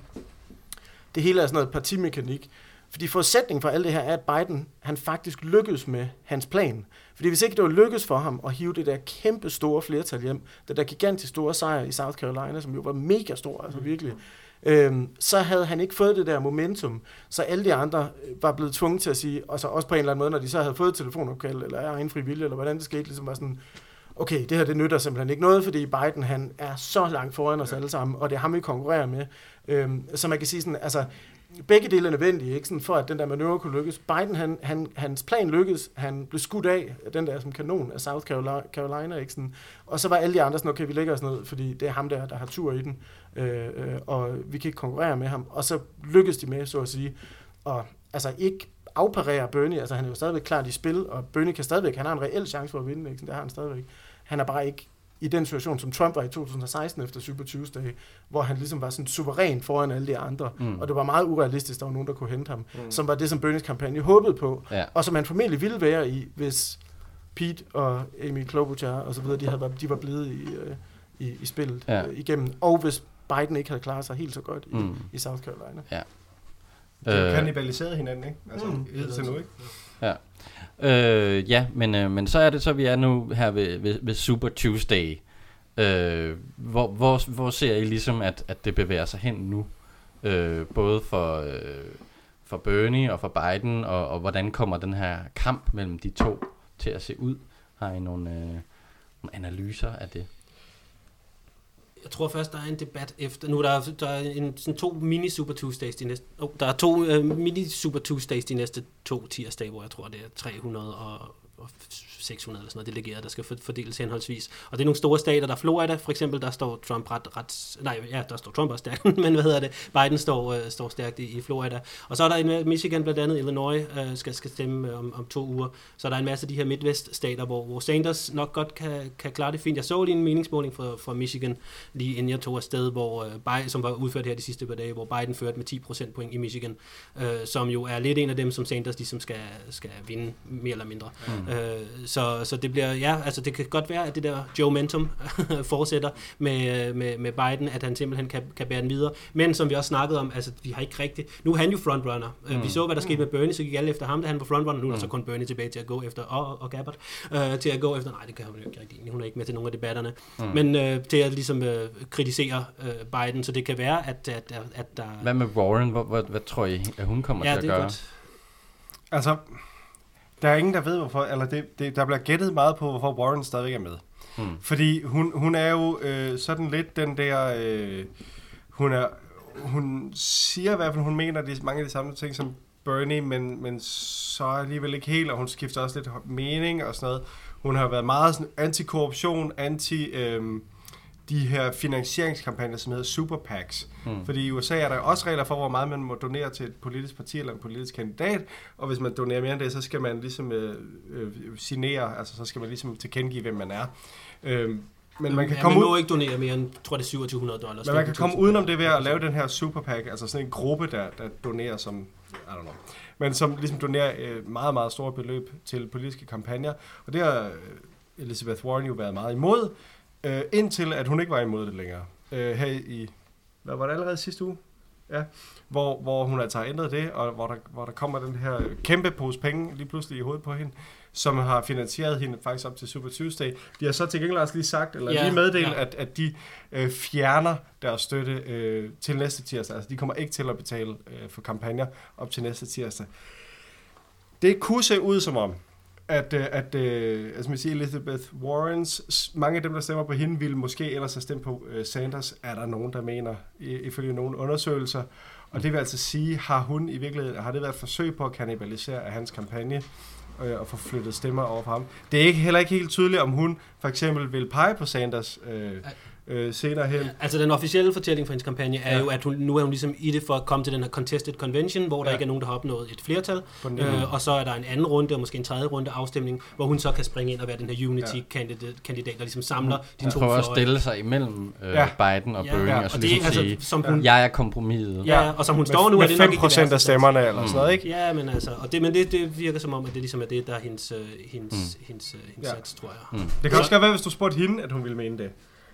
det hele er sådan noget partimekanik. Fordi forudsætningen for alt det her er, at Biden, han faktisk lykkedes med hans plan. Fordi hvis ikke det var lykkedes for ham at hive det der kæmpe store flertal hjem, det der gigantisk store sejr i South Carolina, som jo var mega stor, altså virkelig, Øhm, så havde han ikke fået det der momentum, så alle de andre var blevet tvunget til at sige, og så også på en eller anden måde, når de så havde fået telefonopkald, eller egen fri vilje, eller hvordan det skete, ligesom var sådan, okay, det her det nytter simpelthen ikke noget, fordi Biden, han er så langt foran os alle sammen, og det er ham, vi konkurrerer med. Øhm, så man kan sige sådan, altså, begge dele er nødvendige, ikke? Sådan for at den der manøvre kunne lykkes. Biden, han, han, hans plan lykkedes, han blev skudt af, den der som kanon af South Carolina, ikke? Sådan, og så var alle de andre sådan, okay, vi lægger os ned, fordi det er ham der, der har tur i den, øh, øh, og vi kan ikke konkurrere med ham. Og så lykkedes de med, så at sige, og altså ikke afparere Bernie. Altså han er jo stadigvæk klart i spil, og Bernie kan stadigvæk, han har en reel chance for at vinde, ikke? Det har han stadigvæk. Han er bare ikke i den situation, som Trump var i to tusind og seksten efter Super Tuesday, hvor han ligesom var sådan suveræn foran alle de andre, mm. og det var meget urealistisk, der var nogen, der kunne hente ham, mm. som var det, som Bernies kampagne håbede på, ja. Og som han formentlig ville være i, hvis Pete og Amy Klobuchar og så videre, de, havde, de var blevet i, øh, i, i spillet ja. øh, igennem, og hvis Biden ikke havde klaret sig helt så godt i, mm. i South Carolina. Ja. De har øh, kannibaliseret hinanden, ikke? Altså, mm. indtil nu, ikke? Ja. Øh, ja, men, øh, men så er det så, vi er nu her ved, ved, ved Super Tuesday. Øh, hvor, hvor, hvor ser I ligesom, at, at det bevæger sig hen nu? Øh, både for, øh, for Bernie og for Biden, og, og hvordan kommer den her kamp mellem de to til at se ud? Har I nogle, øh, nogle analyser af det? Jeg tror først, der er en debat efter. Nu er der, der er en, sådan to mini-Super Tuesdays de næste... Oh, der er to uh, mini-Super Tuesdays de næste to tirsdage, hvor jeg tror, det er tre hundrede og seks hundrede eller sådan noget delegeret, der skal fordeles henholdsvis. Og det er nogle store stater, der er Florida, for eksempel, der står Trump ret... ret nej, ja, der står Trump også stærkt, men hvad hedder det? Biden står, uh, står stærkt i, i Florida. Og så er der en Michigan, blandt andet Illinois, uh, skal, skal stemme om, om to uger. Så er der en masse af de her Midwest-stater, hvor, hvor Sanders nok godt kan, kan klare det fint. Jeg så lige en meningsmåling fra, fra Michigan, lige inden jeg tog afsted, hvor, uh, Biden, som var udført her de sidste par dage, hvor Biden førte med ti procentpoint i Michigan, uh, som jo er lidt en af dem, som Sanders ligesom skal, skal vinde, mere eller mindre. Mm. Uh, så Så, så det bliver, ja, altså det kan godt være, at det der Joe Momentum fortsætter med, med, med Biden, at han simpelthen kan, kan bære den videre. Men som vi også snakkede om, altså vi har ikke rigtigt, nu er han jo frontrunner. Mm. Vi så, hvad der skete med Bernie, så gik alle efter ham, da han var frontrunner. Nu er der så kun Bernie tilbage til at gå efter, og, og Gabbard, øh, til at gå efter, nej, det kan hun jo ikke rigtig, hun er ikke med til nogle af debatterne. Mm. Men øh, til at ligesom øh, kritisere øh, Biden, så det kan være, at, at, at der... Hvad med Warren? Hvad, hvad, hvad tror I, at hun kommer ja, til at gøre? Godt. Altså... Der er ingen, der ved, hvorfor, eller det, det, der bliver gættet meget på, hvorfor Warren stadigvæk er med. Hmm. Fordi hun, hun er jo øh, sådan lidt den der, øh, hun er, hun siger i hvert fald, hun mener de, mange af de samme ting som Bernie, men, men så alligevel ikke helt, og hun skifter også lidt mening og sådan noget. Hun har været meget sådan anti-korruption, anti... Øh, de her finansieringskampagner, som hedder Super PACs. Hmm. Fordi i U S A er der også regler for, hvor meget man må donere til et politisk parti eller en politisk kandidat, og hvis man donerer mere end det, så skal man ligesom øh, øh, signere, altså så skal man ligesom tilkendegive, hvem man er. Øh, men man kan ja, komme man må ud... ikke donere mere end, tror det er syvogtyve hundrede dollars. Men man kan komme udenom det ved at lave den her Super PAC, altså sådan en gruppe, der, der donerer som, I don't know, men som ligesom donerer øh, meget, meget store beløb til politiske kampagner, og det har Elizabeth Warren jo været meget imod, Uh, indtil at hun ikke var imod det længere. Uh, her i, hvad var det allerede sidste uge? Ja, hvor, hvor hun altså har ændret det, og hvor der, hvor der kommer den her kæmpe pose penge lige pludselig i hovedet på hende, som har finansieret hende faktisk op til Super Tuesday. De har så til gengæld også lige sagt, eller ja, lige meddelt, ja. at, at de uh, fjerner deres støtte uh, til næste tirsdag. Altså de kommer ikke til at betale uh, for kampagner op til næste tirsdag. Det kunne se ud som om, at, at altså man siger, Elizabeth Warrens, mange af dem, der stemmer på hende, ville måske ellers have stemt på uh, Sanders, er der nogen, der mener, ifølge nogle undersøgelser. Og det vil altså sige, har hun i virkeligheden, har det været et forsøg på at kannibalisere af hans kampagne, øh, og få flyttet stemmer over for ham. Det er ikke, heller ikke helt tydeligt, om hun for eksempel vil pege på Sanders øh, øh, senere hen. Ja, altså den officielle fortælling for hendes kampagne er ja. jo, at hun, nu er hun ligesom i det for at komme til den her contested convention, hvor der ja. ikke er nogen, der har opnået et flertal, øh, og så er der en anden runde, og måske en tredje runde afstemning, hvor hun så kan springe ind og være den her unity-kandidat, der ligesom samler ja. de hun to prøver at stille sig imellem øh, ja. Biden og ja. Bernie, ja. og så og det, ligesom altså, sige, som hun, jeg er kompromiset. Ja, og som hun står nu, med er det fem nok procent af stemmerne, eller sådan noget, ikke? Ja, men altså, og det, men det, det virker som om, at det ligesom er det, der er hendes, hendes, mm. hendes, hendes ja. sats, tror jeg. Mm. Det kan også godt være, hvis du spurgte hende, at hun ville mene det.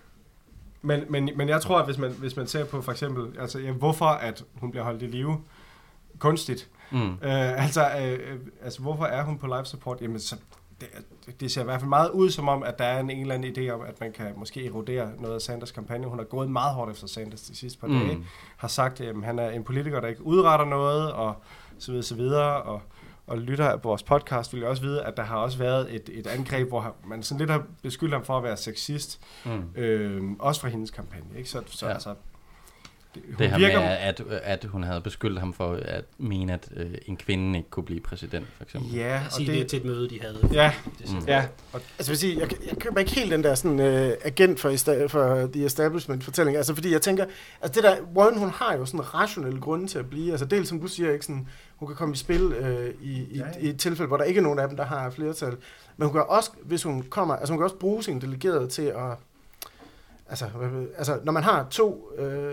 Men, men, men jeg tror, at hvis man, hvis man ser på for eksempel, altså ja, hvorfor at hun bliver holdt i live kunstigt, mm. øh, altså, øh, altså hvorfor er hun på life support, jamen så det, det ser i hvert fald meget ud som om, at der er en, en eller anden idé om, at man kan måske erodere noget af Sanders kampagne. Hun har gået meget hårdt efter Sanders de sidste par mm. dage, har sagt, at han er en politiker, der ikke udretter noget, og så videre, så videre, og og lytter af vores podcast, vil jeg også vide, at der har også været et, et angreb, hvor man sådan lidt har beskyldt ham for at være sexist, mm. øh, også fra hendes kampagne. Ikke? Så, så, ja. altså, Det her med, at, at hun havde beskyldt ham for at mene, at øh, en kvinde ikke kunne blive præsident, for eksempel. Ja, og sige det, det til et møde, de havde. Ja, det mm. ja. Og, altså, vil sige, jeg, jeg køber ikke helt den der sådan, uh, agent for, for The Establishment-fortælling. Altså, fordi jeg tænker, altså det der, Warren, hun har jo sådan rationelle grunde til at blive. Altså, dels som du siger, ikke sådan, hun kan komme i spil uh, i, i, ja, ja. i et tilfælde, hvor der ikke er nogen af dem, der har flertal. Men hun kan også, hvis hun kommer, altså hun kan også bruge sine delegerede til at, altså, altså når man har to, øh,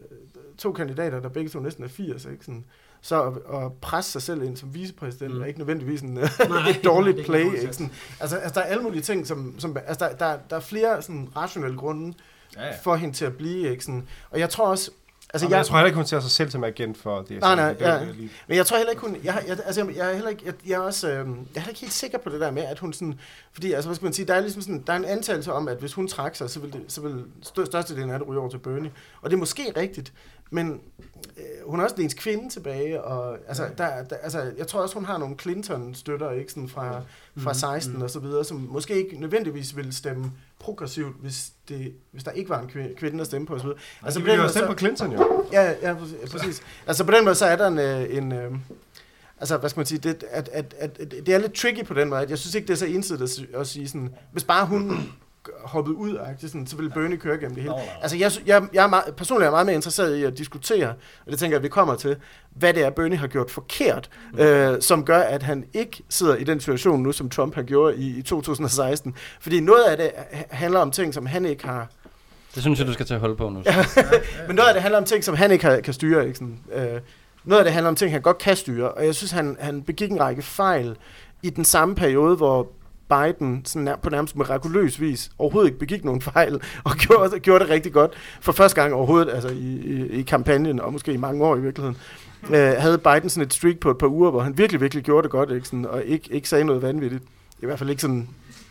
to kandidater, der begge to næsten er firs, ikke sådan, så at, at presse sig selv ind som vicepræsident mm. er ikke nødvendigvis en, nej, et dårligt nej, play. Ikke sådan. Altså, altså, der er alle mulige ting, som, som altså, der, der, der er flere sådan, rationelle grunde ja, ja. for hende til at blive. Ikke sådan. Og jeg tror også, altså, jeg, jeg tror heller ikke, hun ser sig selv som agent for det. Nej, nej, ja. Men jeg tror heller ikke, hun... Jeg, jeg, altså, jeg, jeg er heller ikke, jeg, jeg er også, øh, jeg er heller ikke helt sikker på det der med, at hun sådan... Fordi, altså, hvad skal man sige, der er ligesom sådan... Der er en antagelse om, at hvis hun trækker sig, så vil, det, så vil størstedelen af det ryge over til Bernie. Og det er måske rigtigt, men øh, hun er også ens kvinde tilbage, og altså, der, der, altså, jeg tror også, hun har nogle Clinton-støtter, ikke, sådan fra, fra seksten og så videre, som måske ikke nødvendigvis ville stemme progressivt, hvis, det, hvis der ikke var en kvinde at stemme på, og så videre. Altså, det ville jo stemme på Clinton, jo. Ja, ja, præcis. Altså, på den måde, så er der en... en øh, altså, hvad skal man sige, det, at, at, at, at, det er lidt tricky på den måde, at jeg synes ikke, det er så ensidigt at, at sige sådan, hvis bare hun hoppet ud, sådan, så ville Bernie køre gennem det hele. Altså, jeg, jeg, jeg er meget, personligt er meget mere interesseret i at diskutere, og det tænker jeg, at vi kommer til, hvad det er, Bernie har gjort forkert, mm. øh, som gør, at han ikke sidder i den situation nu, som Trump har gjort i, i to tusind og seksten. Fordi noget af det handler om ting, som han ikke har... Det synes jeg, du skal tage hold på nu. Men noget af det handler om ting, som han ikke har, kan styre, ikke sådan, øh, noget af det handler om ting, han godt kan styre, og jeg synes, han, han begik en række fejl i den samme periode, hvor Biden sådan nær, på nærmest mirakuløs vis overhovedet ikke begik nogen fejl, og gjorde, gjorde det rigtig godt for første gang overhovedet, altså i, i, i kampagnen, og måske i mange år i virkeligheden. Øh, havde Biden sådan et streak på et par uger, hvor han virkelig, virkelig gjorde det godt, ikke? Sådan, og ikke, ikke sagde noget vanvittigt. I hvert fald ikke sådan,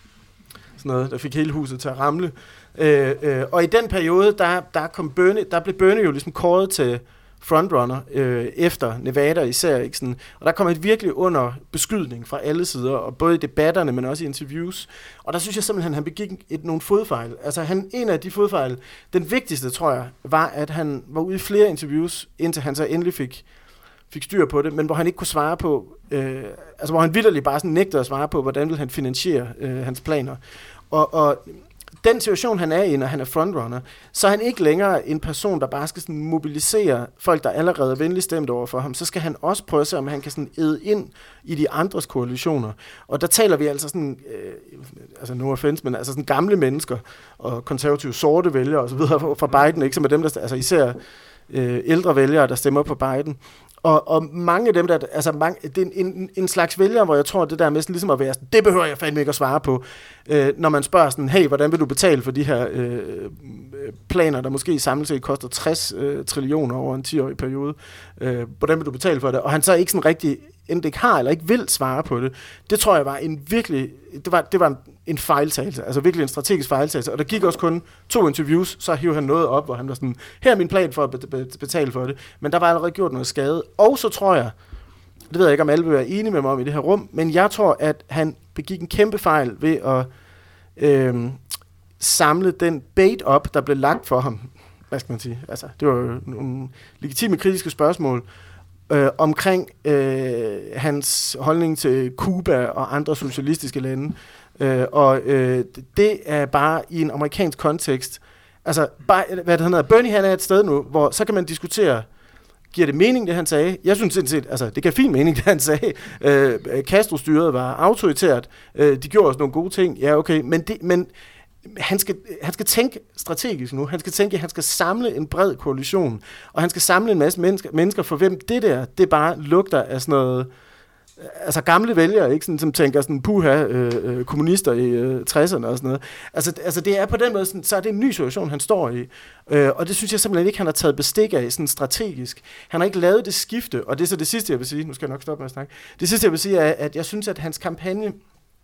sådan noget, der fik hele huset til at ramle. Øh, øh, og i den periode, der, der, kom Bernie, der blev Bernie jo ligesom kåret til frontrunner øh, efter Nevada især, ikke sådan. Og der kom et virkelig under beskydning fra alle sider, og både i debatterne, men også i interviews. Og der synes jeg simpelthen, at han begik et, nogle fodfejl. Altså han, en af de fodfejl, den vigtigste, tror jeg, var, at han var ude i flere interviews, indtil han så endelig fik, fik styr på det, men hvor han ikke kunne svare på, øh, altså hvor han vitterligt bare sådan nægtede at svare på, hvordan ville han finansiere øh, hans planer. Og, og den situation, han er i, når han er frontrunner, så er han ikke længere en person, der bare skal sådan mobilisere folk, der allerede er venligt stemt over for ham. Så skal han også prøve at se, om han kan sådan æde ind i de andres koalitioner. Og der taler vi altså sådan, øh, altså no offense, men altså sådan gamle mennesker og konservative sorte vælgere og så videre fra Biden, ikke, som er dem, der, altså især øh, ældre vælgere, der stemmer på Biden. Og, og mange af dem, der, altså mange, det er en, en, en slags vælger, hvor jeg tror, det der med sådan, ligesom at være sådan, det behøver jeg fandme ikke at svare på, øh, når man spørger sådan, hey, hvordan vil du betale for de her øh, planer, der måske samlet set koster tres øh, trillioner over en ti-årig periode, øh, hvordan vil du betale for det? Og han så ikke sådan rigtig, enten ikke har eller ikke vil svare på det, det tror jeg var en virkelig, det var, det var en, en fejltagelse, altså virkelig en strategisk fejltagelse, og der gik også kun to interviews, så hiv han noget op, hvor han var sådan, her er min plan for at betale for det, men der var allerede gjort noget skade, og så tror jeg, det ved jeg ikke, om alle vil være enige med mig om i det her rum, men jeg tror, at han begik en kæmpe fejl ved at øh, samle den bait op, der blev lagt for ham, hvad skal man sige, altså, det var jo nogle legitime kritiske spørgsmål, Øh, omkring øh, hans holdning til Cuba og andre socialistiske lande. Øh, og øh, det er bare i en amerikansk kontekst. Altså, bare, hvad det hedder, Bernie han er et sted nu, hvor så kan man diskutere, giver det mening, det han sagde? Jeg synes sindssygt, altså, det gav fin mening, det han sagde. Øh, Castro-styret var autoritært. Øh, de gjorde også nogle gode ting. Ja, okay, men det, men Han skal, han skal tænke strategisk nu. Han skal tænke, at han skal samle en bred koalition, og han skal samle en masse mennesker, mennesker for hvem det der, det bare lugter af sådan noget, altså gamle vælgere, ikke? Sådan, som tænker sådan, puha, øh, kommunister i øh, tresserne og sådan noget. Altså, altså det er på den måde, sådan, så er det en ny situation, han står i. Øh, og det synes jeg simpelthen ikke, han har taget bestik af sådan strategisk. Han har ikke lavet det skifte, og det er så det sidste, jeg vil sige. Nu skal jeg nok stoppe med at snakke. Det sidste, jeg vil sige, er, at jeg synes, at hans kampagne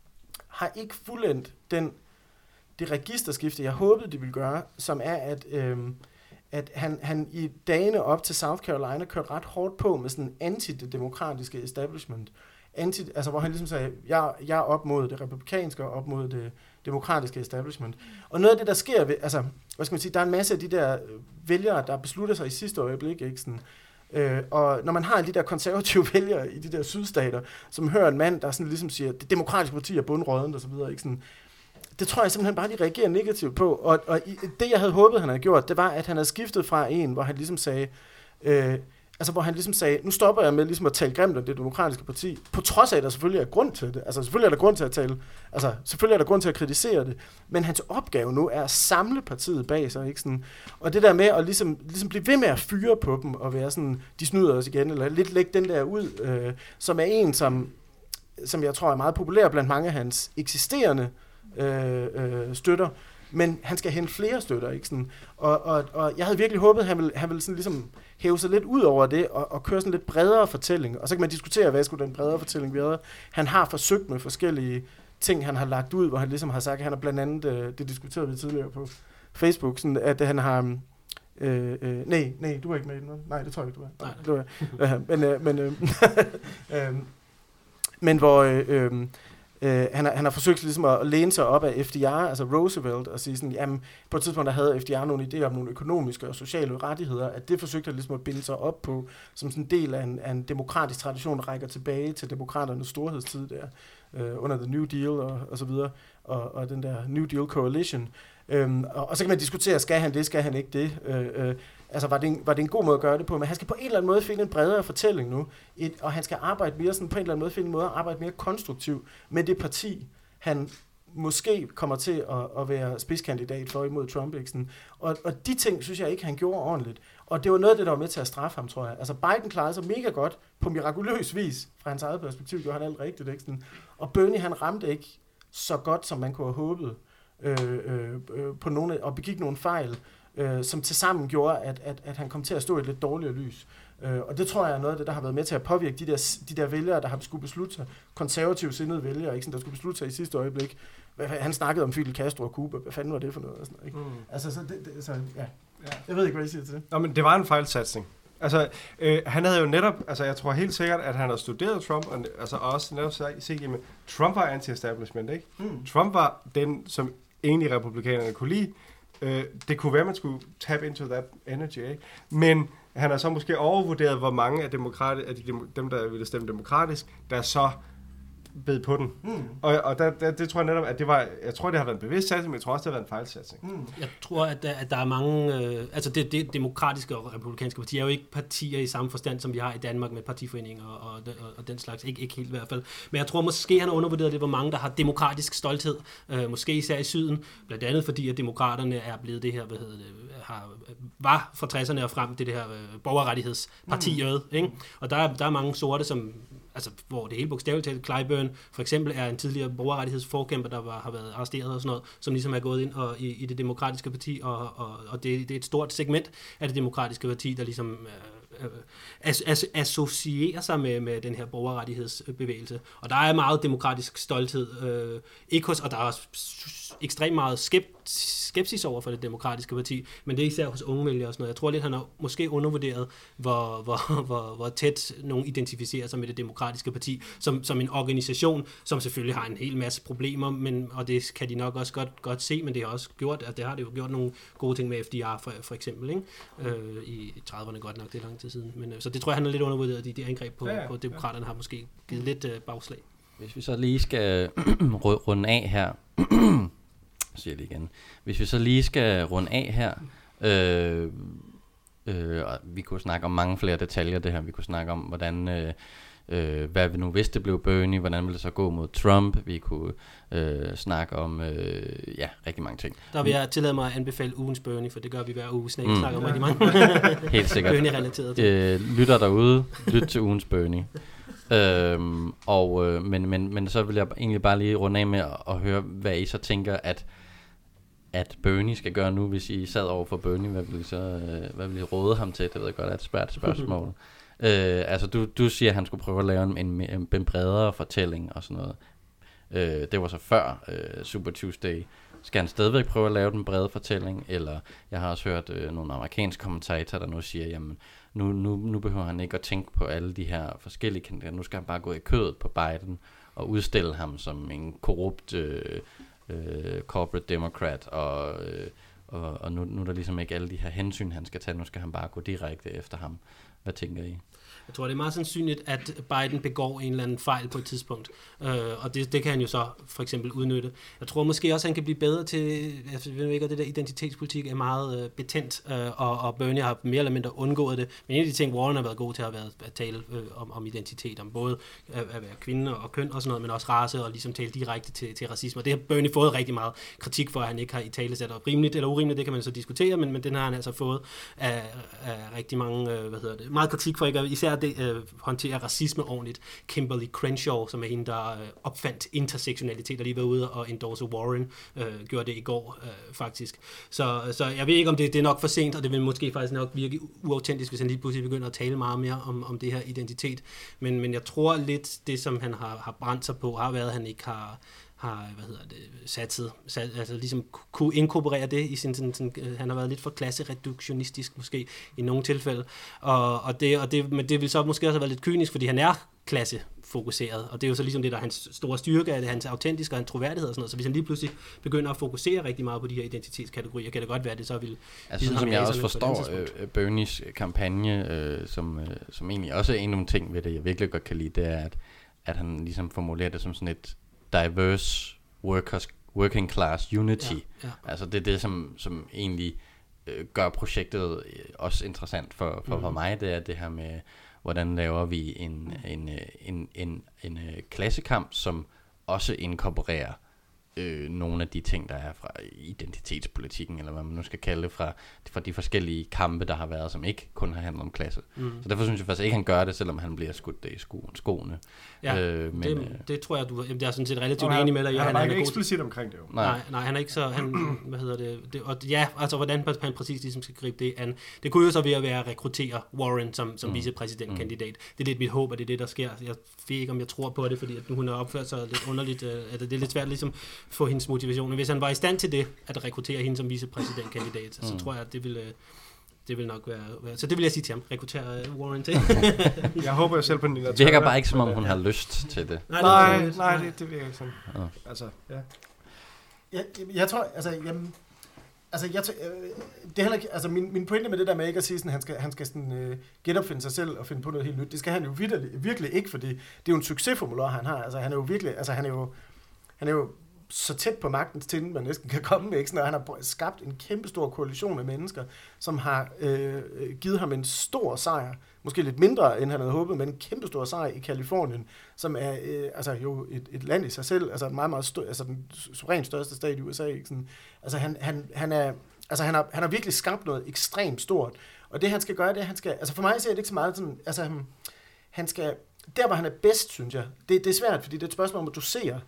har ikke fuldendt den det registerskifte, jeg håbede, de ville gøre, som er, at, øh, at han, han i dagene op til South Carolina kørte ret hårdt på med sådan anti-demokratiske establishment. Anti, altså hvor han ligesom sagde, jeg, jeg er op mod det republikanske og op mod det demokratiske establishment. Og noget af det, der sker ved, altså, hvad skal man sige, der er en masse af de der vælgere, der beslutter sig i sidste øjeblik, ikke sådan, øh, og når man har de der konservative vælgere i de der sydstater, som hører en mand, der sådan ligesom siger, det demokratiske parti er bundrådent og så videre, ikke sådan, det tror jeg simpelthen bare, de reagerer negativt på. Og, og det, jeg havde håbet, han havde gjort, det var, at han havde skiftet fra en, hvor han ligesom sagde, øh, altså hvor han ligesom sagde, nu stopper jeg med ligesom at tale grimt om det demokratiske parti, på trods af, at der selvfølgelig er grund til det. Altså selvfølgelig er der grund til at tale, altså selvfølgelig er der grund til at kritisere det, men hans opgave nu er at samle partiet bag sig, ikke sådan. Og det der med at ligesom, ligesom blive ved med at fyre på dem, og være sådan, de snyder os igen, eller lidt lægge den der ud, øh, som er en, som, som jeg tror er meget populær blandt mange af hans eksisterende øh, øh, støtter, men han skal hente flere støtter, ikke sådan. Og, og, og jeg havde virkelig håbet, at han ville, han ville sådan ligesom hæve sig lidt ud over det, og, og køre sådan lidt bredere fortælling. Og så kan man diskutere, hvad skulle den bredere fortælling være. Han har forsøgt med forskellige ting, han har lagt ud, hvor han ligesom har sagt, at han har blandt andet, det diskuterede vi tidligere på Facebook, sådan at han har, øh, øh, nej, nej, du er ikke med i den, nej, det tror jeg ikke, du er. Nej, det var jeg. men, øh, men, øh, øh, men hvor, øh, øh, Uh, han, har, han har forsøgt ligesom at læne sig op af F D R, altså Roosevelt, og sige sådan, jamen, på et tidspunkt der havde F D R nogle idéer om nogle økonomiske og sociale rettigheder, at det forsøgte han ligesom at binde sig op på, som sådan en del af en, af en demokratisk tradition, der rækker tilbage til demokraternes storhedstid der, uh, under The New Deal og, og så videre, og, og den der New Deal Coalition. Um, og, og så kan man diskutere, skal han det, skal han ikke det? Uh, uh, altså, var det, en, var det en god måde at gøre det på? Men han skal på en eller anden måde finde en bredere fortælling nu, et, og han skal arbejde mere sådan, på en eller anden måde finde en måde at arbejde mere konstruktivt med det parti, han måske kommer til at, at være spidskandidat for imod Trump. Ikke? Sådan. Og, og de ting, synes jeg ikke, han gjorde ordentligt. Og det var noget af det, der var med til at straffe ham, tror jeg. Altså, Biden klarede sig mega godt, på mirakuløs vis, fra hans eget perspektiv, gjorde han alt rigtigt. Ikke? Sådan. Og Bernie, han ramte ikke så godt, som man kunne have håbet, øh, øh, øh, på nogle, og begik nogle fejl, øh, som tilsammen gjorde, at, at, at han kom til at stå i et lidt dårligere lys. Øh, og det tror jeg er noget af det, der har været med til at påvirke de der, de der vælgere, der har skulle beslutte sig, konservative sindede vælgere, ikke, sådan, der skulle beslutte sig i sidste øjeblik. Han snakkede om Fidel Castro og Cuba. Hvad fanden var det for noget? Sådan, ikke? Mm. Altså, så det, det, så, ja. Ja. Jeg ved ikke, hvad I siger til det. Nå, men det var en fejlsatsning. Altså, øh, han havde jo netop, altså jeg tror helt sikkert, at han havde studeret Trump, og altså også netop set, jamen, Trump var anti-establishment, ikke? Mm. Trump var den, som egentlig republikanerne kunne lide. Øh, det kunne være, man skulle tap into that energy, ikke? Men han har så måske overvurderet, hvor mange af, demokrati- af de, dem, der ville stemme demokratisk, der så bed på den. Mm. Og, og der, der, det tror jeg netop, at det var, jeg tror, det har været en bevidst satsning, men jeg tror også, det har været en fejlsatsning. Mm. Jeg tror, at der, at der er mange, øh, altså det, det demokratiske og republikanske partier er jo ikke partier i samme forstand, som vi har i Danmark med partiforeninger og, og, og den slags, ikke, ikke helt i hvert fald. Men jeg tror måske, han har undervurderet det, hvor mange, der har demokratisk stolthed, øh, måske især i syden, blandt andet fordi, at demokraterne er blevet det her, hvad hedder det, har, var fra tresserne og frem, det, det her øh, borgerrettighedspartiet, mm. ikke? Og der, der er mange sorte, som altså, hvor det hele bogstaveligt talt, Clyburn for eksempel er en tidligere borgerrettighedsforkæmper, der var, har været arresteret og sådan noget, som ligesom er gået ind og, i, i det demokratiske parti, og, og, og det, det er et stort segment af det demokratiske parti, der ligesom øh, øh, as, as, associerer sig med, med den her borgerrettighedsbevægelse. Og der er meget demokratisk stolthed, øh, ikke hos, og der er også ekstremt meget skept, skepsis over for det demokratiske parti, men det er især hos unge vælgere og sådan noget. Jeg tror lidt, han har måske undervurderet, hvor, hvor, hvor, hvor tæt nogen identificerer sig med det demokratiske parti, som, som en organisation, som selvfølgelig har en hel masse problemer, men, og det kan de nok også godt, godt se, men det har også gjort, at det har det jo gjort nogle gode ting med F D R for, for eksempel, ikke? Øh, i trediverne godt nok, det er lang tid siden. Men, øh, så det tror jeg, han er lidt undervurderet, de, de angreb på, ja, ja, på demokraterne har måske givet lidt øh, bagslag. Hvis vi så lige skal runde af her, siger det igen. Hvis vi så lige skal runde af her, øh, øh, og vi kunne snakke om mange flere detaljer det her. Vi kunne snakke om, hvordan, øh, øh, hvad vi nu vidste det blev Bernie, hvordan ville det så gå mod Trump. Vi kunne øh, snakke om, øh, ja, rigtig mange ting. Der vil jeg tillade mig at anbefale ugens Bernie, for det gør vi hver uge. Snake mm. snakker om rigtig mange. Helt sikkert. Bernie-relateret ting. Øh, lytter derude, lyt til ugens Bernie. øhm, og, øh, men, men, men så vil jeg egentlig bare lige runde af med at, at høre, hvad I så tænker, at at Bernie skal gøre nu, hvis I sad over for Bernie, hvad vil I så øh, hvad vil I råde ham til? Det ved jeg godt er et svært spørgsmål. øh, altså du, du siger, at han skulle prøve at lave en, en, en, en bredere fortælling og sådan noget. Øh, det var så før øh, Super Tuesday, skal han stadigvæk prøve at lave den brede fortælling, eller jeg har også hørt øh, nogle amerikanske kommentatorer, der nu siger, jamen nu, nu, nu behøver han ikke at tænke på alle de her forskellige kandidater, nu skal han bare gå i kødet på Biden og udstille ham som en korrupt øh, øh, corporate democrat, og, øh, og, og nu, nu er der ligesom ikke alle de her hensyn, han skal tage, nu skal han bare gå direkte efter ham. Hvad tænker I? Jeg tror, det er meget sandsynligt, at Biden begår en eller anden fejl på et tidspunkt, øh, og det, det kan han jo så for eksempel udnytte. Jeg tror måske også, at han kan blive bedre til, jeg ved ikke, at det der identitetspolitik er meget øh, betændt, øh, og, og Bernie har mere eller mindre undgået det, men en af de ting, Warren har været god til, har været at tale øh, om, om identitet, om både at, at være kvinde og køn og sådan noget, men også race, og ligesom tale direkte til, til racisme, og det har Bernie fået rigtig meget kritik for, at han ikke har i tale sat op. Rimeligt eller urimeligt, det kan man så diskutere, men, men den har han altså fået af, af rigtig mange, øh, hvad hedder det, meget kritik for ikke, især det øh, håndterer racisme ordentligt. Kimberly Crenshaw, som er hende, der øh, opfandt intersektionalitet, og lige var ude og endorse Warren, øh, gjorde det i går øh, faktisk. Så, så jeg ved ikke, om det, det er nok for sent, og det vil måske faktisk nok virke uautentisk, hvis han lige pludselig begynder at tale meget mere om, om det her identitet. Men, men jeg tror lidt, det som han har, har brændt sig på, har været, at han ikke har har, hvad hedder det, satset, sat, altså ligesom kunne inkorporere det i sin, sådan, sådan, han har været lidt for klassereduktionistisk måske i nogle tilfælde, og, og, det, og det, men det vil så måske også have været lidt kynisk, fordi han er klassefokuseret, og det er jo så ligesom det, der er hans store styrke, er det hans autentiske og hans troværdighed og sådan noget, så hvis han lige pludselig begynder at fokusere rigtig meget på de her identitetskategorier, kan det godt være, at det så vil... Altså sådan som jeg også forstår øh, Bernies kampagne, øh, som, øh, som egentlig også er en af nogle ting ved det, jeg virkelig godt kan lide, det er, at, at han ligesom formulerer det som sådan et diverse workers, working class unity. Ja, ja. Altså det er det, som, som egentlig øh, gør projektet øh, også interessant for, for, mm. for mig, det er det her med, hvordan laver vi en, en, en, en, en, en klassekamp, som også inkorporerer øh, nogle af de ting, der er fra identitetspolitikken, eller hvad man nu skal kalde det, fra, fra de forskellige kampe, der har været, som ikke kun har handlet om klasse. Mm. Så derfor synes jeg faktisk ikke, han gør det, selvom han bliver skudt det i skoen, skoene. Ja, øh, men, det, øh, det tror jeg, du jeg er sådan set relativt enig med dig. Han, han, han er ikke eksplicit omkring det jo. Nej. nej, nej, han er ikke så, han, hvad hedder det, det og ja, altså hvordan han præcis ligesom skal gribe det an. Det kunne jo så være at være at rekruttere Warren som, som mm. vicepræsidentkandidat. Det er lidt mit håb, at det er det, der sker. Jeg ved ikke, om jeg tror på det, fordi at nu hun har opført sig lidt underligt, at det er lidt svært ligesom få hendes motivation. Hvis han var i stand til det, at rekruttere hende som vicepræsidentkandidat, mm. så tror jeg, at det ville, det vil nok være, være... Så det vil jeg sige til ham. Rekruttere Warren til. Jeg håber jo selv på den. Det virker bare ikke, som om hun har lyst til det. Nej, nej, det, nej, det, det virker ikke sådan. Ja. Altså, ja. Jeg, jeg tror, altså... Jamen, altså, jeg, øh, det er heller ikke, altså min, min pointe med det der med ikke at sige, sådan, han skal, han skal sådan, øh, genopfinde sig selv og finde på noget helt nyt, det skal han jo virkelig, virkelig ikke, fordi det er jo en succesformular, han har. Altså, han er jo virkelig... Altså, han er jo... Han er jo så tæt på magtens tinde, man næsten kan komme med, ikke? Sådan, og han har skabt en kæmpestor koalition af mennesker, som har øh, givet ham en stor sejr, måske lidt mindre, end han havde håbet, men en kæmpestor sejr i Kalifornien, som er øh, altså jo et, et land i sig selv, altså en meget, meget stor, altså den suverænt største stat i U S A, ikke? Sådan, altså han, han, han er, altså han har, han har virkelig skabt noget ekstremt stort, og det han skal gøre, det han skal, altså for mig ser det ikke så meget sådan, altså han, han skal, der hvor han er bedst, synes jeg, det, det er svært, fordi det er et spørgsmål om at dosere.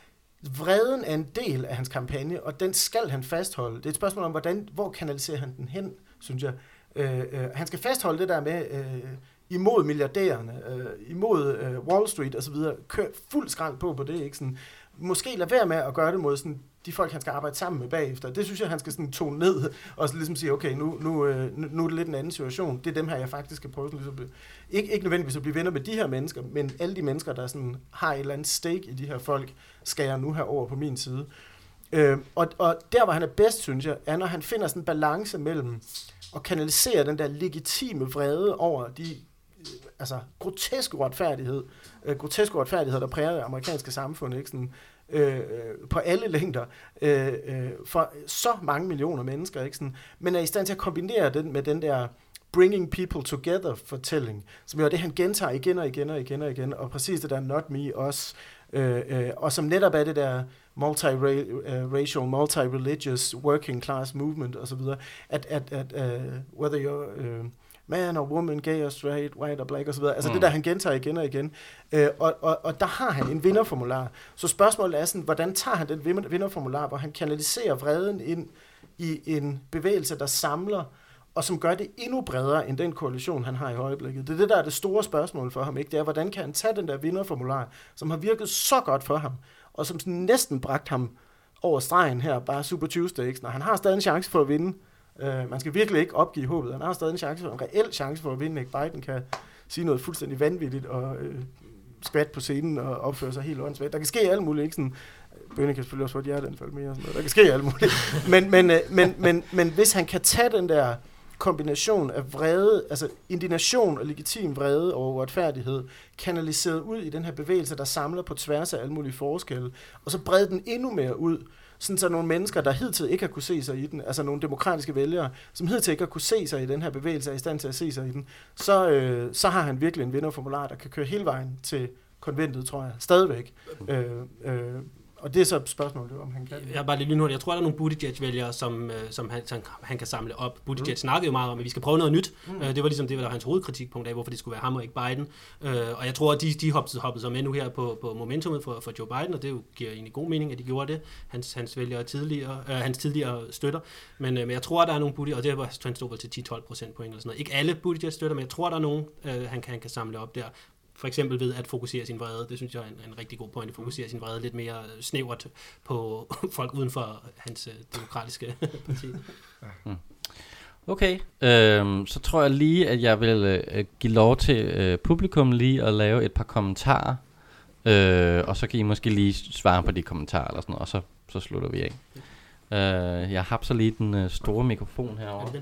Vreden er en del af hans kampagne, og den skal han fastholde. Det er et spørgsmål om, hvordan, hvor kanaliserer han den hen, synes jeg. Øh, øh, han skal fastholde det der med øh, imod milliardærerne, øh, imod øh, Wall Street osv. Kør fuld skrald på på det. Ikke? Sådan, måske lade være med at gøre det mod sådan, de folk, han skal arbejde sammen med bagefter. Det synes jeg, han skal sådan tone ned, og så ligesom sige, okay, nu, nu, øh, nu er det lidt en anden situation. Det er dem her, jeg faktisk skal prøve. Sådan, ligesom, ikke, ikke nødvendigvis at blive venner med de her mennesker, men alle de mennesker, der sådan, har et eller andet stake i de her folk, skal jeg nu have over på min side. Øh, og, og der, hvor han er bedst, synes jeg, er, når han finder sådan en balance mellem at kanalisere den der legitime vrede over de øh, altså, groteske uretfærdighed, øh, groteske uretfærdighed, der præger det amerikanske samfund, ikke? Sådan, øh, på alle længder, øh, øh, for så mange millioner mennesker, ikke? Sådan, men er i stand til at kombinere den med den der bringing people together fortælling, som jo er det, han gentager igen og igen og igen og igen, og præcis det der not me, us, øh, øh, og som netop er det der multi-racial, multi-religious, working class movement osv., at, at, at uh, whether you're uh, man or woman, gay or straight, white or black osv., altså mm. det der, han gentager igen og igen, øh, og, og, og der har han en vinderformular. Så spørgsmålet er sådan, hvordan tager han den vinderformular, hvor han kanaliserer vreden ind i en bevægelse, der samler, og som gør det endnu bredere end den koalition, han har i øjeblikket. Det er det, der er det store spørgsmål for ham, ikke? Det er, hvordan kan han tage den der vinderformular, som har virket så godt for ham, og som sådan næsten bragt ham over stregen her, bare Super Tuesday, ikke? Når han har stadig en chance for at vinde. Uh, man skal virkelig ikke opgive håbet. Han har stadig en chance for, en reel chance for at vinde. Ikke? Biden kan sige noget fuldstændig vanvittigt og øh, skvat på scenen og opføre sig helt åndssvagt. Der kan ske alt muligt, ikke sådan. Bernie kan selvfølgelig også få et hjerteanfald mere og sådan noget. Der kan ske alt muligt. Men, men, øh, men, men, men hvis han kan tage den der kombination af vrede, altså indignation og legitim vrede og uretfærdighed, kanaliseret ud i den her bevægelse, der samler på tværs af alle mulige forskelle, og så brede den endnu mere ud, sådan så nogle mennesker, der hidtil ikke har kunne se sig i den, altså nogle demokratiske vælgere, som hidtil ikke har kunne se sig i den her bevægelse, er i stand til at se sig i den, så, øh, så har han virkelig en vinderformular, der kan køre hele vejen til konventet, tror jeg, stadigvæk. Øh, øh, Og det er så spørgsmålet, om han kan. Jeg er bare lidt lynhurtigt. Jeg tror, der er nogle Buttigieg-vælgere, som, som, han, som han kan samle op. Buttigieg mm. snakkede jo meget om, at vi skal prøve noget nyt. Mm. Det var ligesom det, der var hans hovedkritikpunkt af, hvorfor det skulle være ham og ikke Biden. Og jeg tror, at de, de hoppede, hoppede sig med nu her på, på momentumet for, for Joe Biden, og det giver egentlig god mening, at de gjorde det. Hans, hans vælgere tidligere, øh, hans tidligere støtter. Men, men jeg tror, at der er nogle Buttigieg, og det var han stod vel til ti til tolv procent point eller sådan noget. Ikke alle Buttigieg støtter, men jeg tror, der er nogen, øh, han, kan, han kan samle op der. For eksempel ved at fokusere sin vrede. Det synes jeg er en, en rigtig god point, at fokusere sin vrede lidt mere snævert på folk uden for hans uh, demokratiske parti. Mm. Okay, øhm, så tror jeg lige, at jeg vil øh, give lov til øh, publikum lige at lave et par kommentarer, øh, og så kan I måske lige svare på de kommentarer eller sådan noget, og så, så slutter vi af. Øh, jeg har så lige den øh, store mikrofon herovre.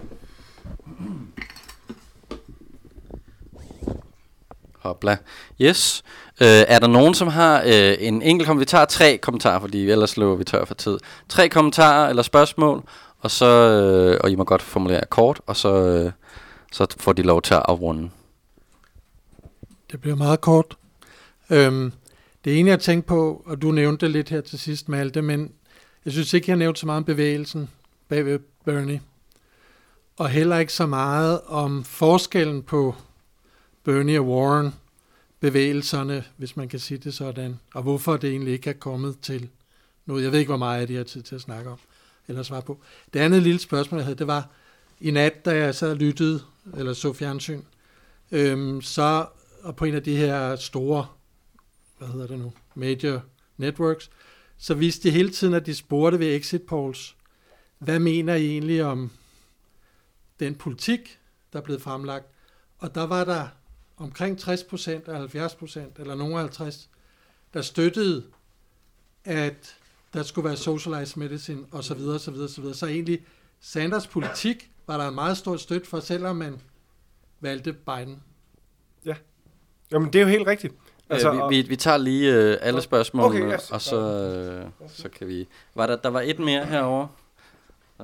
Hopla. Yes. Øh, er der nogen, som har øh, en enkelt kommentar? Vi tager tre kommentarer, fordi ellers løber vi tør for tid. Tre kommentarer eller spørgsmål, og så øh, og I må godt formulere kort, og så, øh, så får de lov til at afrunde. Det bliver meget kort. Øhm, det ene, jeg tænkte på, og du nævnte det lidt her til sidst, Malte, men jeg synes ikke, jeg nævnte så meget om bevægelsen bag ved Bernie, og heller ikke så meget om forskellen på Bernie og Warren, bevægelserne, hvis man kan sige det sådan, og hvorfor det egentlig ikke er kommet til noget. Jeg ved ikke, hvor meget af det har tid til at snakke om, eller svare på. Det andet lille spørgsmål, jeg havde, det var, i nat, da jeg sad og lyttede, eller så fjernsyn, øhm, så, og på en af de her store, hvad hedder det nu, major networks, så viste de hele tiden, at de spurgte ved exit polls, hvad mener I egentlig om den politik, der er blevet fremlagt? Og der var der omkring tres procent eller halvfjerds procent, eller nogen halvtreds, der støttede, at der skulle være socialized medicine, og så videre, så videre, så videre. Så egentlig, Sanders politik var der en meget stor støtte for, selvom man valgte Biden. Ja, jamen det er jo helt rigtigt. Altså, øh, vi, vi, vi tager lige øh, alle spørgsmålene, okay, yes. og så, øh, så kan vi... Var der, der var et mere herovre. Der.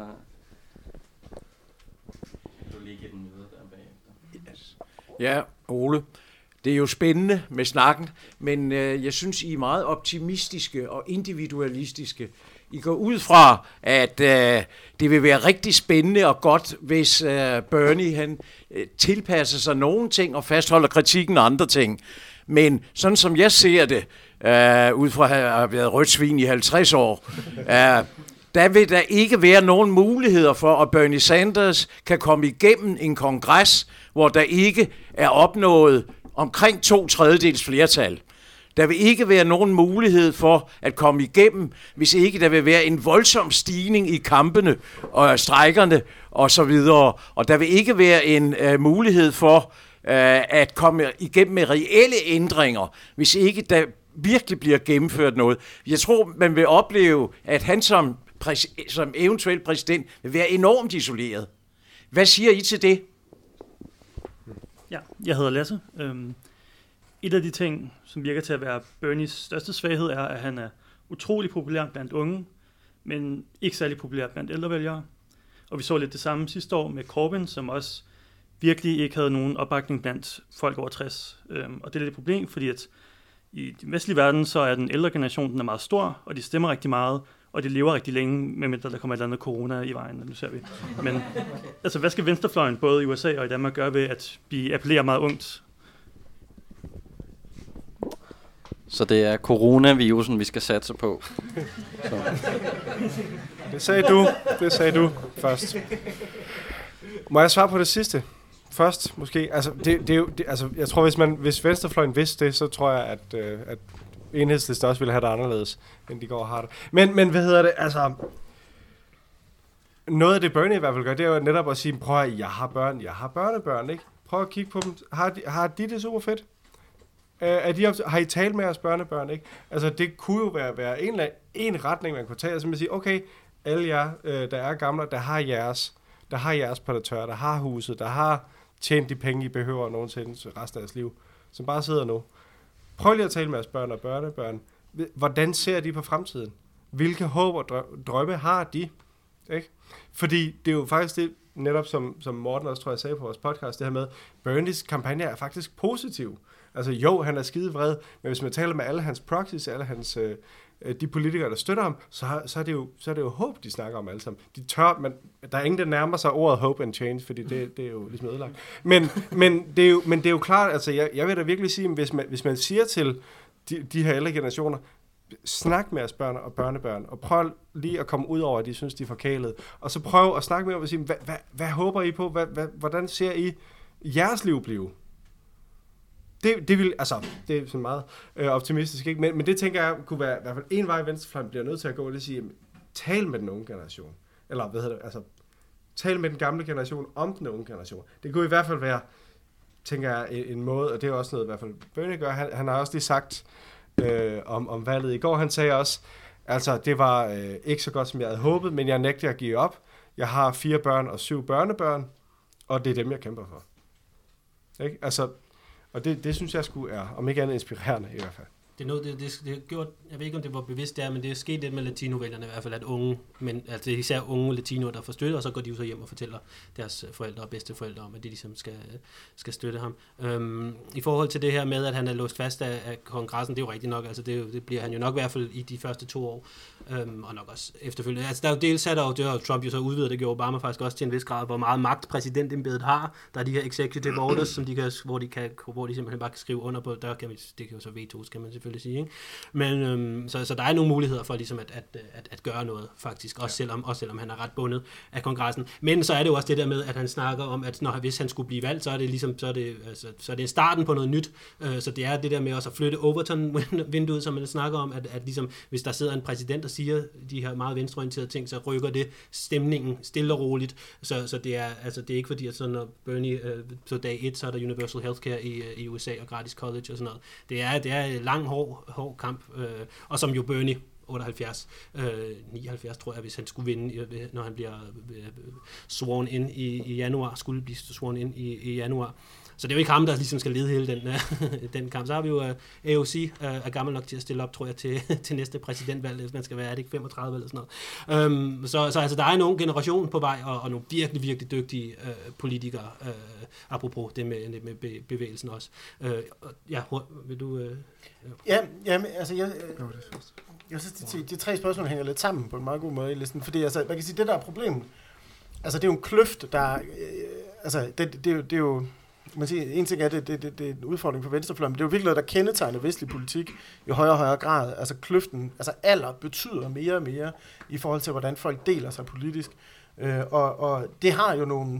Du lige give den videre der bagefter. Yes. Ja, Ole, det er jo spændende med snakken, men øh, jeg synes, I er meget optimistiske og individualistiske. I går ud fra, at øh, det vil være rigtig spændende og godt, hvis øh, Bernie han, øh, tilpasser sig nogle ting og fastholder kritikken og andre ting. Men sådan som jeg ser det, øh, ud fra at have været rødt svin i halvtreds år, øh, der vil der ikke være nogen muligheder for, at Bernie Sanders kan komme igennem en kongres, hvor der ikke er opnået omkring to tredjedels flertal. Der vil ikke være nogen mulighed for at komme igennem, hvis ikke der vil være en voldsom stigning i kampene og strejkerne og så videre. Og der vil ikke være en uh, mulighed for uh, at komme igennem med reelle ændringer, hvis ikke der virkelig bliver gennemført noget. Jeg tror, man vil opleve, at han som, præs- som eventuel præsident vil være enormt isoleret. Hvad siger I til det? Ja, jeg hedder Lasse. Øhm, et af de ting, som virker til at være Bernies største svaghed, er, at han er utrolig populær blandt unge, men ikke særlig populær blandt ældre vælgere. Og vi så lidt det samme sidste år med Corbyn, som også virkelig ikke havde nogen opbakning blandt folk over tres. Øhm, og det er lidt et problem, fordi at i den vestlige verden, så er den ældre generation den er meget stor, og de stemmer rigtig meget, og de lever rigtig længe, medmindre der kommer et eller andet corona i vejen, nu ser vi. Men altså, hvad skal venstrefløjen både i U S A og i Danmark gøre ved at blive appellere meget ungt? Så det er coronavirusen, vi skal satse på. Så. Det sagde du. Det sagde du først. Må jeg svare på det sidste først, måske? Altså, det, det er jo, det, altså jeg tror, hvis, man, hvis venstrefløjen vidste det, så tror jeg, at, øh, at Enhedslisten også ville have det anderledes, end de går og har det. Men, men hvad hedder det, altså... Noget af det Bernie i hvert fald gør, det er jo netop at sige, prøv at jeg har børn, jeg har børnebørn, ikke? Prøv at kigge på dem. Har de, har de det super fedt? Uh, er de, har I talt med jeres børnebørn, ikke? Altså, det kunne jo være, være en, en retning, man kunne tage, og så man sige, okay, alle jer, uh, der er gamle, der har jeres, der har jeres prædatør, der har huset, der har tjent de penge, I behøver nogensinde resten af jeres liv, som bare sidder nu. Prøv lige at tale med jeres børn og børnebørn. Hvordan ser de på fremtiden? Hvilke håb og drømme har de? Ikke? Fordi det er jo faktisk det, netop som, som Morten også tror jeg sagde på vores podcast, det her med, Bernies kampagne er faktisk positiv. Altså jo, han er skide vred, men hvis man taler med alle hans proxies, alle hans, øh, de politikere, der støtter ham, så, har, så, er det jo, så er det jo håb, de snakker om alle sammen. De tør, men der er ingen, der nærmer sig ordet hope and change, fordi det, det er jo ligesom ødelagt. Men, men, det er jo, men det er jo klart, altså jeg, jeg vil da virkelig sige, hvis man, hvis man siger til de, de her ældre generationer, snak med jeres børn og børnebørn, og prøv lige at komme ud over, at de synes, de er forkælet. Og så prøv at snakke med dem og sige, hvad, hvad, hvad håber I på? Hvad, hvad, hvordan ser I jeres liv blive? Det, det vil, altså, det er sådan meget øh, optimistisk, ikke? Men, men det tænker jeg kunne være, i hvert fald en vej venstrefløjen bliver nødt til at gå, det at sige, tal med den unge generation. Eller, hvad hedder det, altså, tal med den gamle generation om den unge generation. Det kunne i hvert fald være, tænker jeg, en, en måde, og det er også noget, i hvert fald Bernie gør, han, han har også lige sagt, Øh, om, om valget i går. Han sagde også, altså det var øh, ikke så godt, som jeg havde håbet, men jeg nægter at give op. Jeg har fire børn og syv børnebørn, og det er dem, jeg kæmper for. Ikke? Altså, og det, det synes jeg sgu er, om ikke andet inspirerende i hvert fald. Det er noget, det, det, det gjort, jeg ved ikke, om det var bevidst der, men det er sket lidt med latinovælgerne i hvert fald, at unge, men altså det er især unge latinoer, der får støtte, og så går de jo så hjem og fortæller deres forældre og bedsteforældre om, at de ligesom skal, skal støtte ham. Øhm, I forhold til det her med, at han er låst fast af, af kongressen, det er jo rigtigt nok, altså det, jo, det bliver han jo nok i hvert fald i de første to år, øhm, og nok også efterfølgende. Altså der er jo dels sat, og det har Trump jo så udvidet, det gjorde Obama faktisk også til en vis grad, hvor meget magt præsidentembedet har. Der er de her executive orders, som de kan, hvor, de kan, hvor de simpelthen bare kan skrive under på, der kan man, det kan jo så vetoes, kan man selvfølgelig sige, ikke? Men øhm, så, så der er nogle muligheder for ligesom at, at, at, at gøre noget faktisk, også, ja. selvom, også selvom han er ret bundet af kongressen. Men så er det jo også det der med, at han snakker om, at når, hvis han skulle blive valgt, så er det ligesom så er det, altså, så er det starten på noget nyt. Øh, så det er det der med også at flytte Overton-vinduet, som man snakker om, at, at ligesom, hvis der sidder en præsident og siger de her meget venstreorienterede ting, så rykker det stemningen stille og roligt. Så, så det er altså det er ikke fordi, at så når Bernie øh, så dag et, så er der universal healthcare i, i U S A og gratis college og sådan noget. Det er det er lang hård hård kamp, øh, og som jo Bernie otteoghalvfjerds, øh, nioghalvfjerds tror jeg, hvis han skulle vinde, når han bliver øh, sworn in i, i januar, skulle blive sworn in i, i januar. Så det er jo ikke ham, der ligesom skal lede hele den, uh, den kamp. Så har vi jo uh, A O C, uh, er gammel nok til at stille op, tror jeg, til, til næste præsidentvalg, hvis man skal være, er det ikke femogtredive eller sådan noget. Um, så, så altså, der er en ung generation på vej, og, og nogle virkelig, virkelig dygtige uh, politikere, uh, apropos det med, med be, bevægelsen også. Uh, ja, vil du... Uh, ja, ja, men, altså, jeg... Øh, jeg synes, de, de tre spørgsmål hænger lidt sammen på en meget god måde i listen, fordi altså, man kan sige, det der er problemet, altså det er jo en kløft, der... Øh, altså, det, det, det, det er jo... Man siger, en ting er, det, det, det, det er en udfordring for venstrefløjen, men det er jo virkelig noget, der kendetegner vestlig politik i højere og højere grad. Altså kløften, altså alder betyder mere og mere i forhold til, hvordan folk deler sig politisk. Øh, og, og det har jo nogle,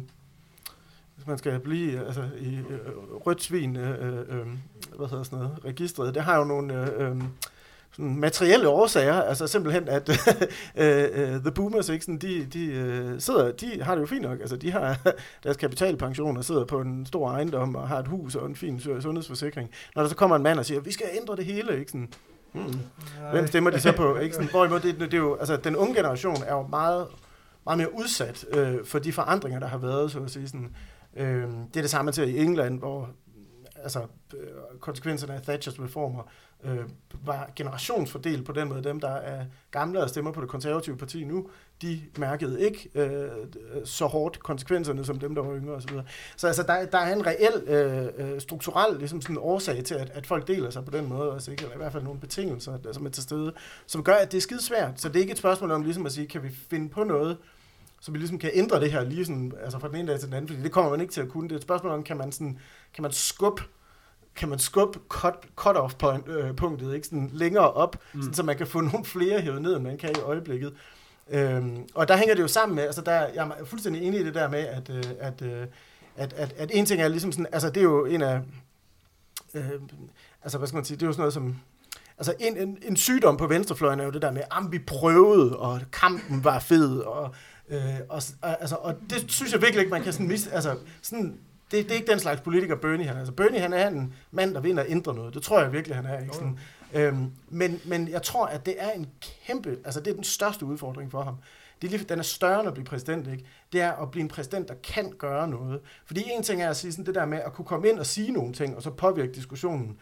hvis man skal blive altså, i øh, rødt svin, øh, øh, hvad hedder sådan noget, registret, det har jo nogle... Øh, øh, sådan materielle årsager, altså simpelthen at uh, uh, the boomers, ikke, sådan, de, de uh, sidder, de har det jo fint nok, altså de har deres kapitalpension og sidder på en stor ejendom og har et hus og en fin sundhedsforsikring. Når der så kommer en mand og siger, vi skal ændre det hele, ikke sådan, hmm, hvem stemmer de så på, ikke sådan, hvorimod det, det er jo, altså den unge generation er jo meget, meget mere udsat uh, for de forandringer, der har været, så at sige sådan, uh, det er det samme til i England, hvor altså konsekvenserne af Thatchers reformer øh, var generationsfordelt på den måde. Dem, der er gamle og stemmer på det konservative parti nu, de mærkede ikke øh, så hårdt konsekvenserne, som dem, der var yngre osv. Så, så altså, der, der er en reel øh, strukturel ligesom sådan en årsag til, at, at folk deler sig på den måde, også, ikke? Eller i hvert fald nogle betingelser, der, som er til stede, som gør, at det er skidesvært. Så det er ikke et spørgsmål om ligesom at sige, kan vi finde på noget, så vi ligesom kan ændre det her lige sådan, altså fra den ene dag til den anden, fordi det kommer man ikke til at kunne. Det er et spørgsmål om, kan man sådan, kan man skubbe, kan man skubbe cut, cut-off point, øh, punktet, ikke sådan længere op, mm. sådan, så man kan få nogle flere hævet ned, end man kan i øjeblikket. Øhm, og der hænger det jo sammen med, altså der, jeg er fuldstændig enig i det der med, at, øh, at, øh, at, at, at en ting er ligesom sådan, altså det er jo en af, øh, altså hvad skal man sige, det er jo sådan noget som, altså en, en, en sygdom på venstrefløjen er jo det der med, at vi prøvede, og kampen var fed, og, øh, og, altså, og det synes jeg virkelig ikke, man kan sådan mis... Altså, sådan, det, det er ikke den slags politiker, Bernie han er. Altså, Bernie han er en mand, der vil ind og ændre noget. Det tror jeg virkelig, han er. Ikke? Sådan, øhm, men, men jeg tror, at det er en kæmpe... Altså, det er den største udfordring for ham. Det er lige, den er større end at blive præsident, ikke? Det er at blive en præsident, der kan gøre noget. Fordi en ting er at sige sådan det der med at kunne komme ind og sige nogle ting, og så påvirke diskussionen.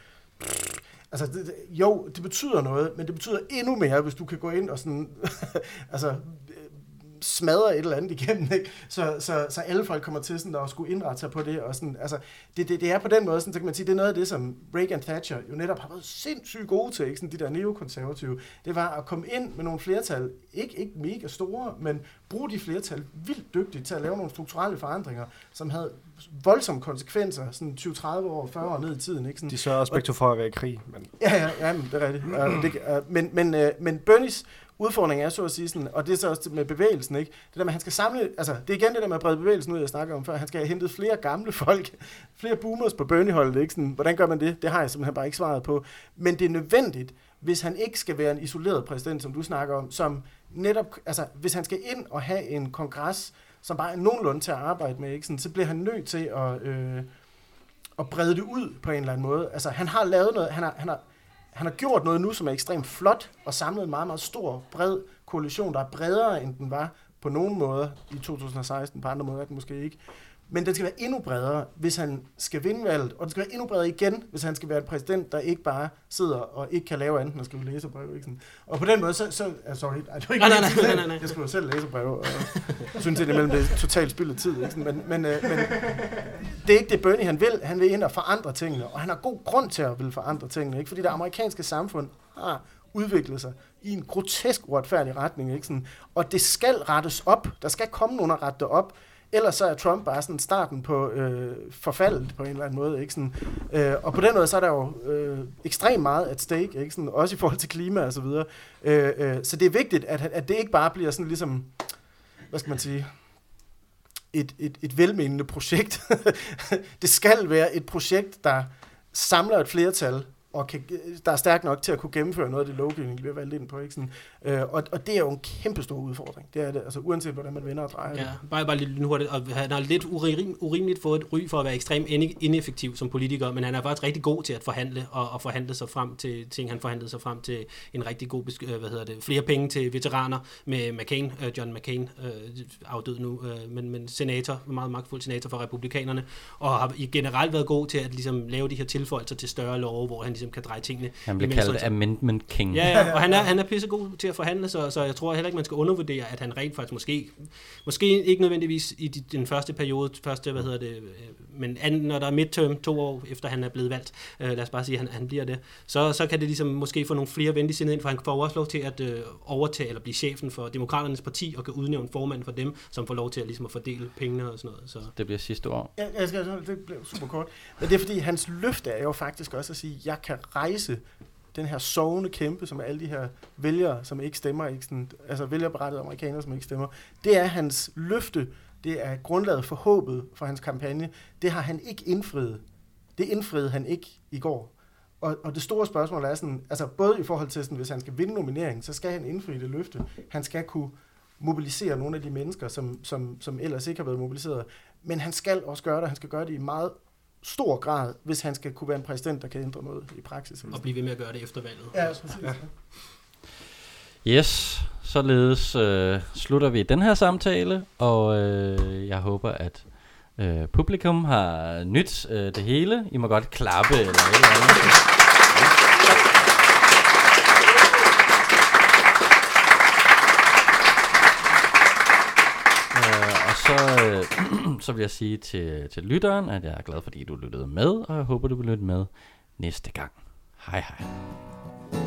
Altså, det, det, jo, det betyder noget, men det betyder endnu mere, hvis du kan gå ind og sådan... altså, smadre et eller andet igennem, ikke? Så, så, så alle folk kommer til sådan at skulle indrette sig på det, og sådan, altså, det, det, det er på den måde, sådan, så kan man sige, det er noget af det, som Reagan Thatcher jo netop har været sindssygt gode til, ikke? Sådan de der neokonservative, det var at komme ind med nogle flertal, ikke, ikke mega store, men bruge de flertal vildt dygtigt til at lave nogle strukturelle forandringer, som havde voldsomme konsekvenser, sådan tyve tredive år, fyrre år ned i tiden, ikke? Sådan, de sørger også begge for at være i krig. Men... Ja, ja, ja, men det er rigtigt. uh, det, uh, men, men, uh, men Bernies udfordring er så at sige sådan, og det er så også med bevægelsen, ikke? Det der med, at han skal samle, altså det er igen det der med at brede bevægelsen ud, jeg snakker om før, han skal have hentet flere gamle folk, flere boomers på Bernie-holdet, ikke? Sådan, hvordan gør man det? Det har jeg simpelthen bare ikke svaret på. Men det er nødvendigt, hvis han ikke skal være en isoleret præsident, som du snakker om, som netop, altså hvis han skal ind og have en kongres, som bare er nogenlunde til at arbejde med, ikke? Sådan, så bliver han nødt til at, øh, at brede det ud på en eller anden måde. Altså han har lavet noget, han har, han har Han har gjort noget nu, som er ekstremt flot, og samlet en meget, meget stor, bred koalition, der er bredere, end den var på nogle måder i to tusind og seksten, på andre måder er den måske ikke. Men den skal være endnu bredere, hvis han skal vinde valget, og den skal være endnu bredere igen, hvis han skal være en præsident, der ikke bare sidder og ikke kan lave andet end at skrive læserbrev. Ikke sådan. Og på den måde, så... så uh, sorry, ej, det var ikke nej, nej, nej, nej, nej. Jeg skriver selv læserbrev, og synes indimellem, det er totalt spild af tid. Ikke sådan. Men, men, uh, men det er ikke det, Bernie han vil. Han vil ind og forandre tingene, og han har god grund til at ville forandre tingene, ikke? Fordi det amerikanske samfund har udviklet sig i en grotesk uretfærdig retning. Ikke? Sådan, og det skal rettes op. Der skal komme nogen at rette det op. Ellers så er Trump bare sådan starten på øh, forfaldet på en eller anden måde. Ikke? Sådan, øh, og på den måde så er der jo øh, ekstremt meget at stake, ikke? Sådan, også i forhold til klima og så videre. Øh, øh, så det er vigtigt, at, at det ikke bare bliver sådan ligesom, hvad skal man sige, et, et, et velmenende projekt. Det skal være et projekt, der samler et flertal, og kan, der er stærkt nok til at kunne gennemføre noget af det lovgivning, vi har valgt ind på. Ikke? Sådan, øh, og, og det er jo en kæmpe stor udfordring. Det er det, altså uanset hvordan man vender og drejer. Ja, bare, bare lidt hurtigt. Og han har lidt urim, urimeligt fået et ry for at være ekstremt ineffektiv som politiker, men han er faktisk rigtig god til at forhandle, og, og forhandle sig frem til ting. Han forhandlede sig frem til en rigtig god, besk- hvad hedder det, flere penge til veteraner med McCain, uh, John McCain, uh, afdød nu, uh, men, men senator, meget magtfuld senator for republikanerne, og har generelt været god til at ligesom, lave de her tilføjelser til større love, hvor han ligesom kan dreje tingene. Han bliver kaldt Amendment King. Ja, ja, og han er, han er pissegod til at forhandle, så, så jeg tror heller ikke, man skal undervurdere, at han rent faktisk måske, måske ikke nødvendigvis i de, den første periode, første, hvad hedder det, men anden, når der er midterm, to år efter han er blevet valgt, øh, lad os bare sige, at han, han bliver det, så, så kan det ligesom måske få nogle flere venligsindet ind, for han får også lov til at øh, overtage eller blive chefen for Demokraternes parti, og kan udnævne formanden for dem, som får lov til at, ligesom, at fordele pengene og sådan noget. Så. Det bliver sidste år. Ja, jeg skal, det bliver super kort. Men det er fordi, hans løfte er jo faktisk også at sige, at jeg kan rejse den her sovende kæmpe, som er alle de her vælgere, som ikke stemmer, ikke sådan, altså vælgerberettede amerikanere, som ikke stemmer. Det er hans løfte, det er grundlaget for håbet for hans kampagne. Det har han ikke indfriet. Det indfriede han ikke i går. Og, og det store spørgsmål er sådan, altså både i forhold til sådan, hvis han skal vinde nomineringen, så skal han indfri det løfte. Han skal kunne mobilisere nogle af de mennesker, som, som, som ellers ikke har været mobiliseret. Men han skal også gøre det, han skal gøre det i meget stor grad, hvis han skal kunne være en præsident, der kan ændre noget i praksis. Og blive ved med at gøre det efter valget. Ja, præcis. Ja. Yes, således øh, slutter vi den her samtale, og øh, jeg håber, at øh, publikum har nydt øh, det hele. I må godt klappe eller et eller andet. Så, øh, så vil jeg sige til, til lytteren, at jeg er glad, fordi du lyttede med, og jeg håber, du vil lytte med næste gang. Hej hej.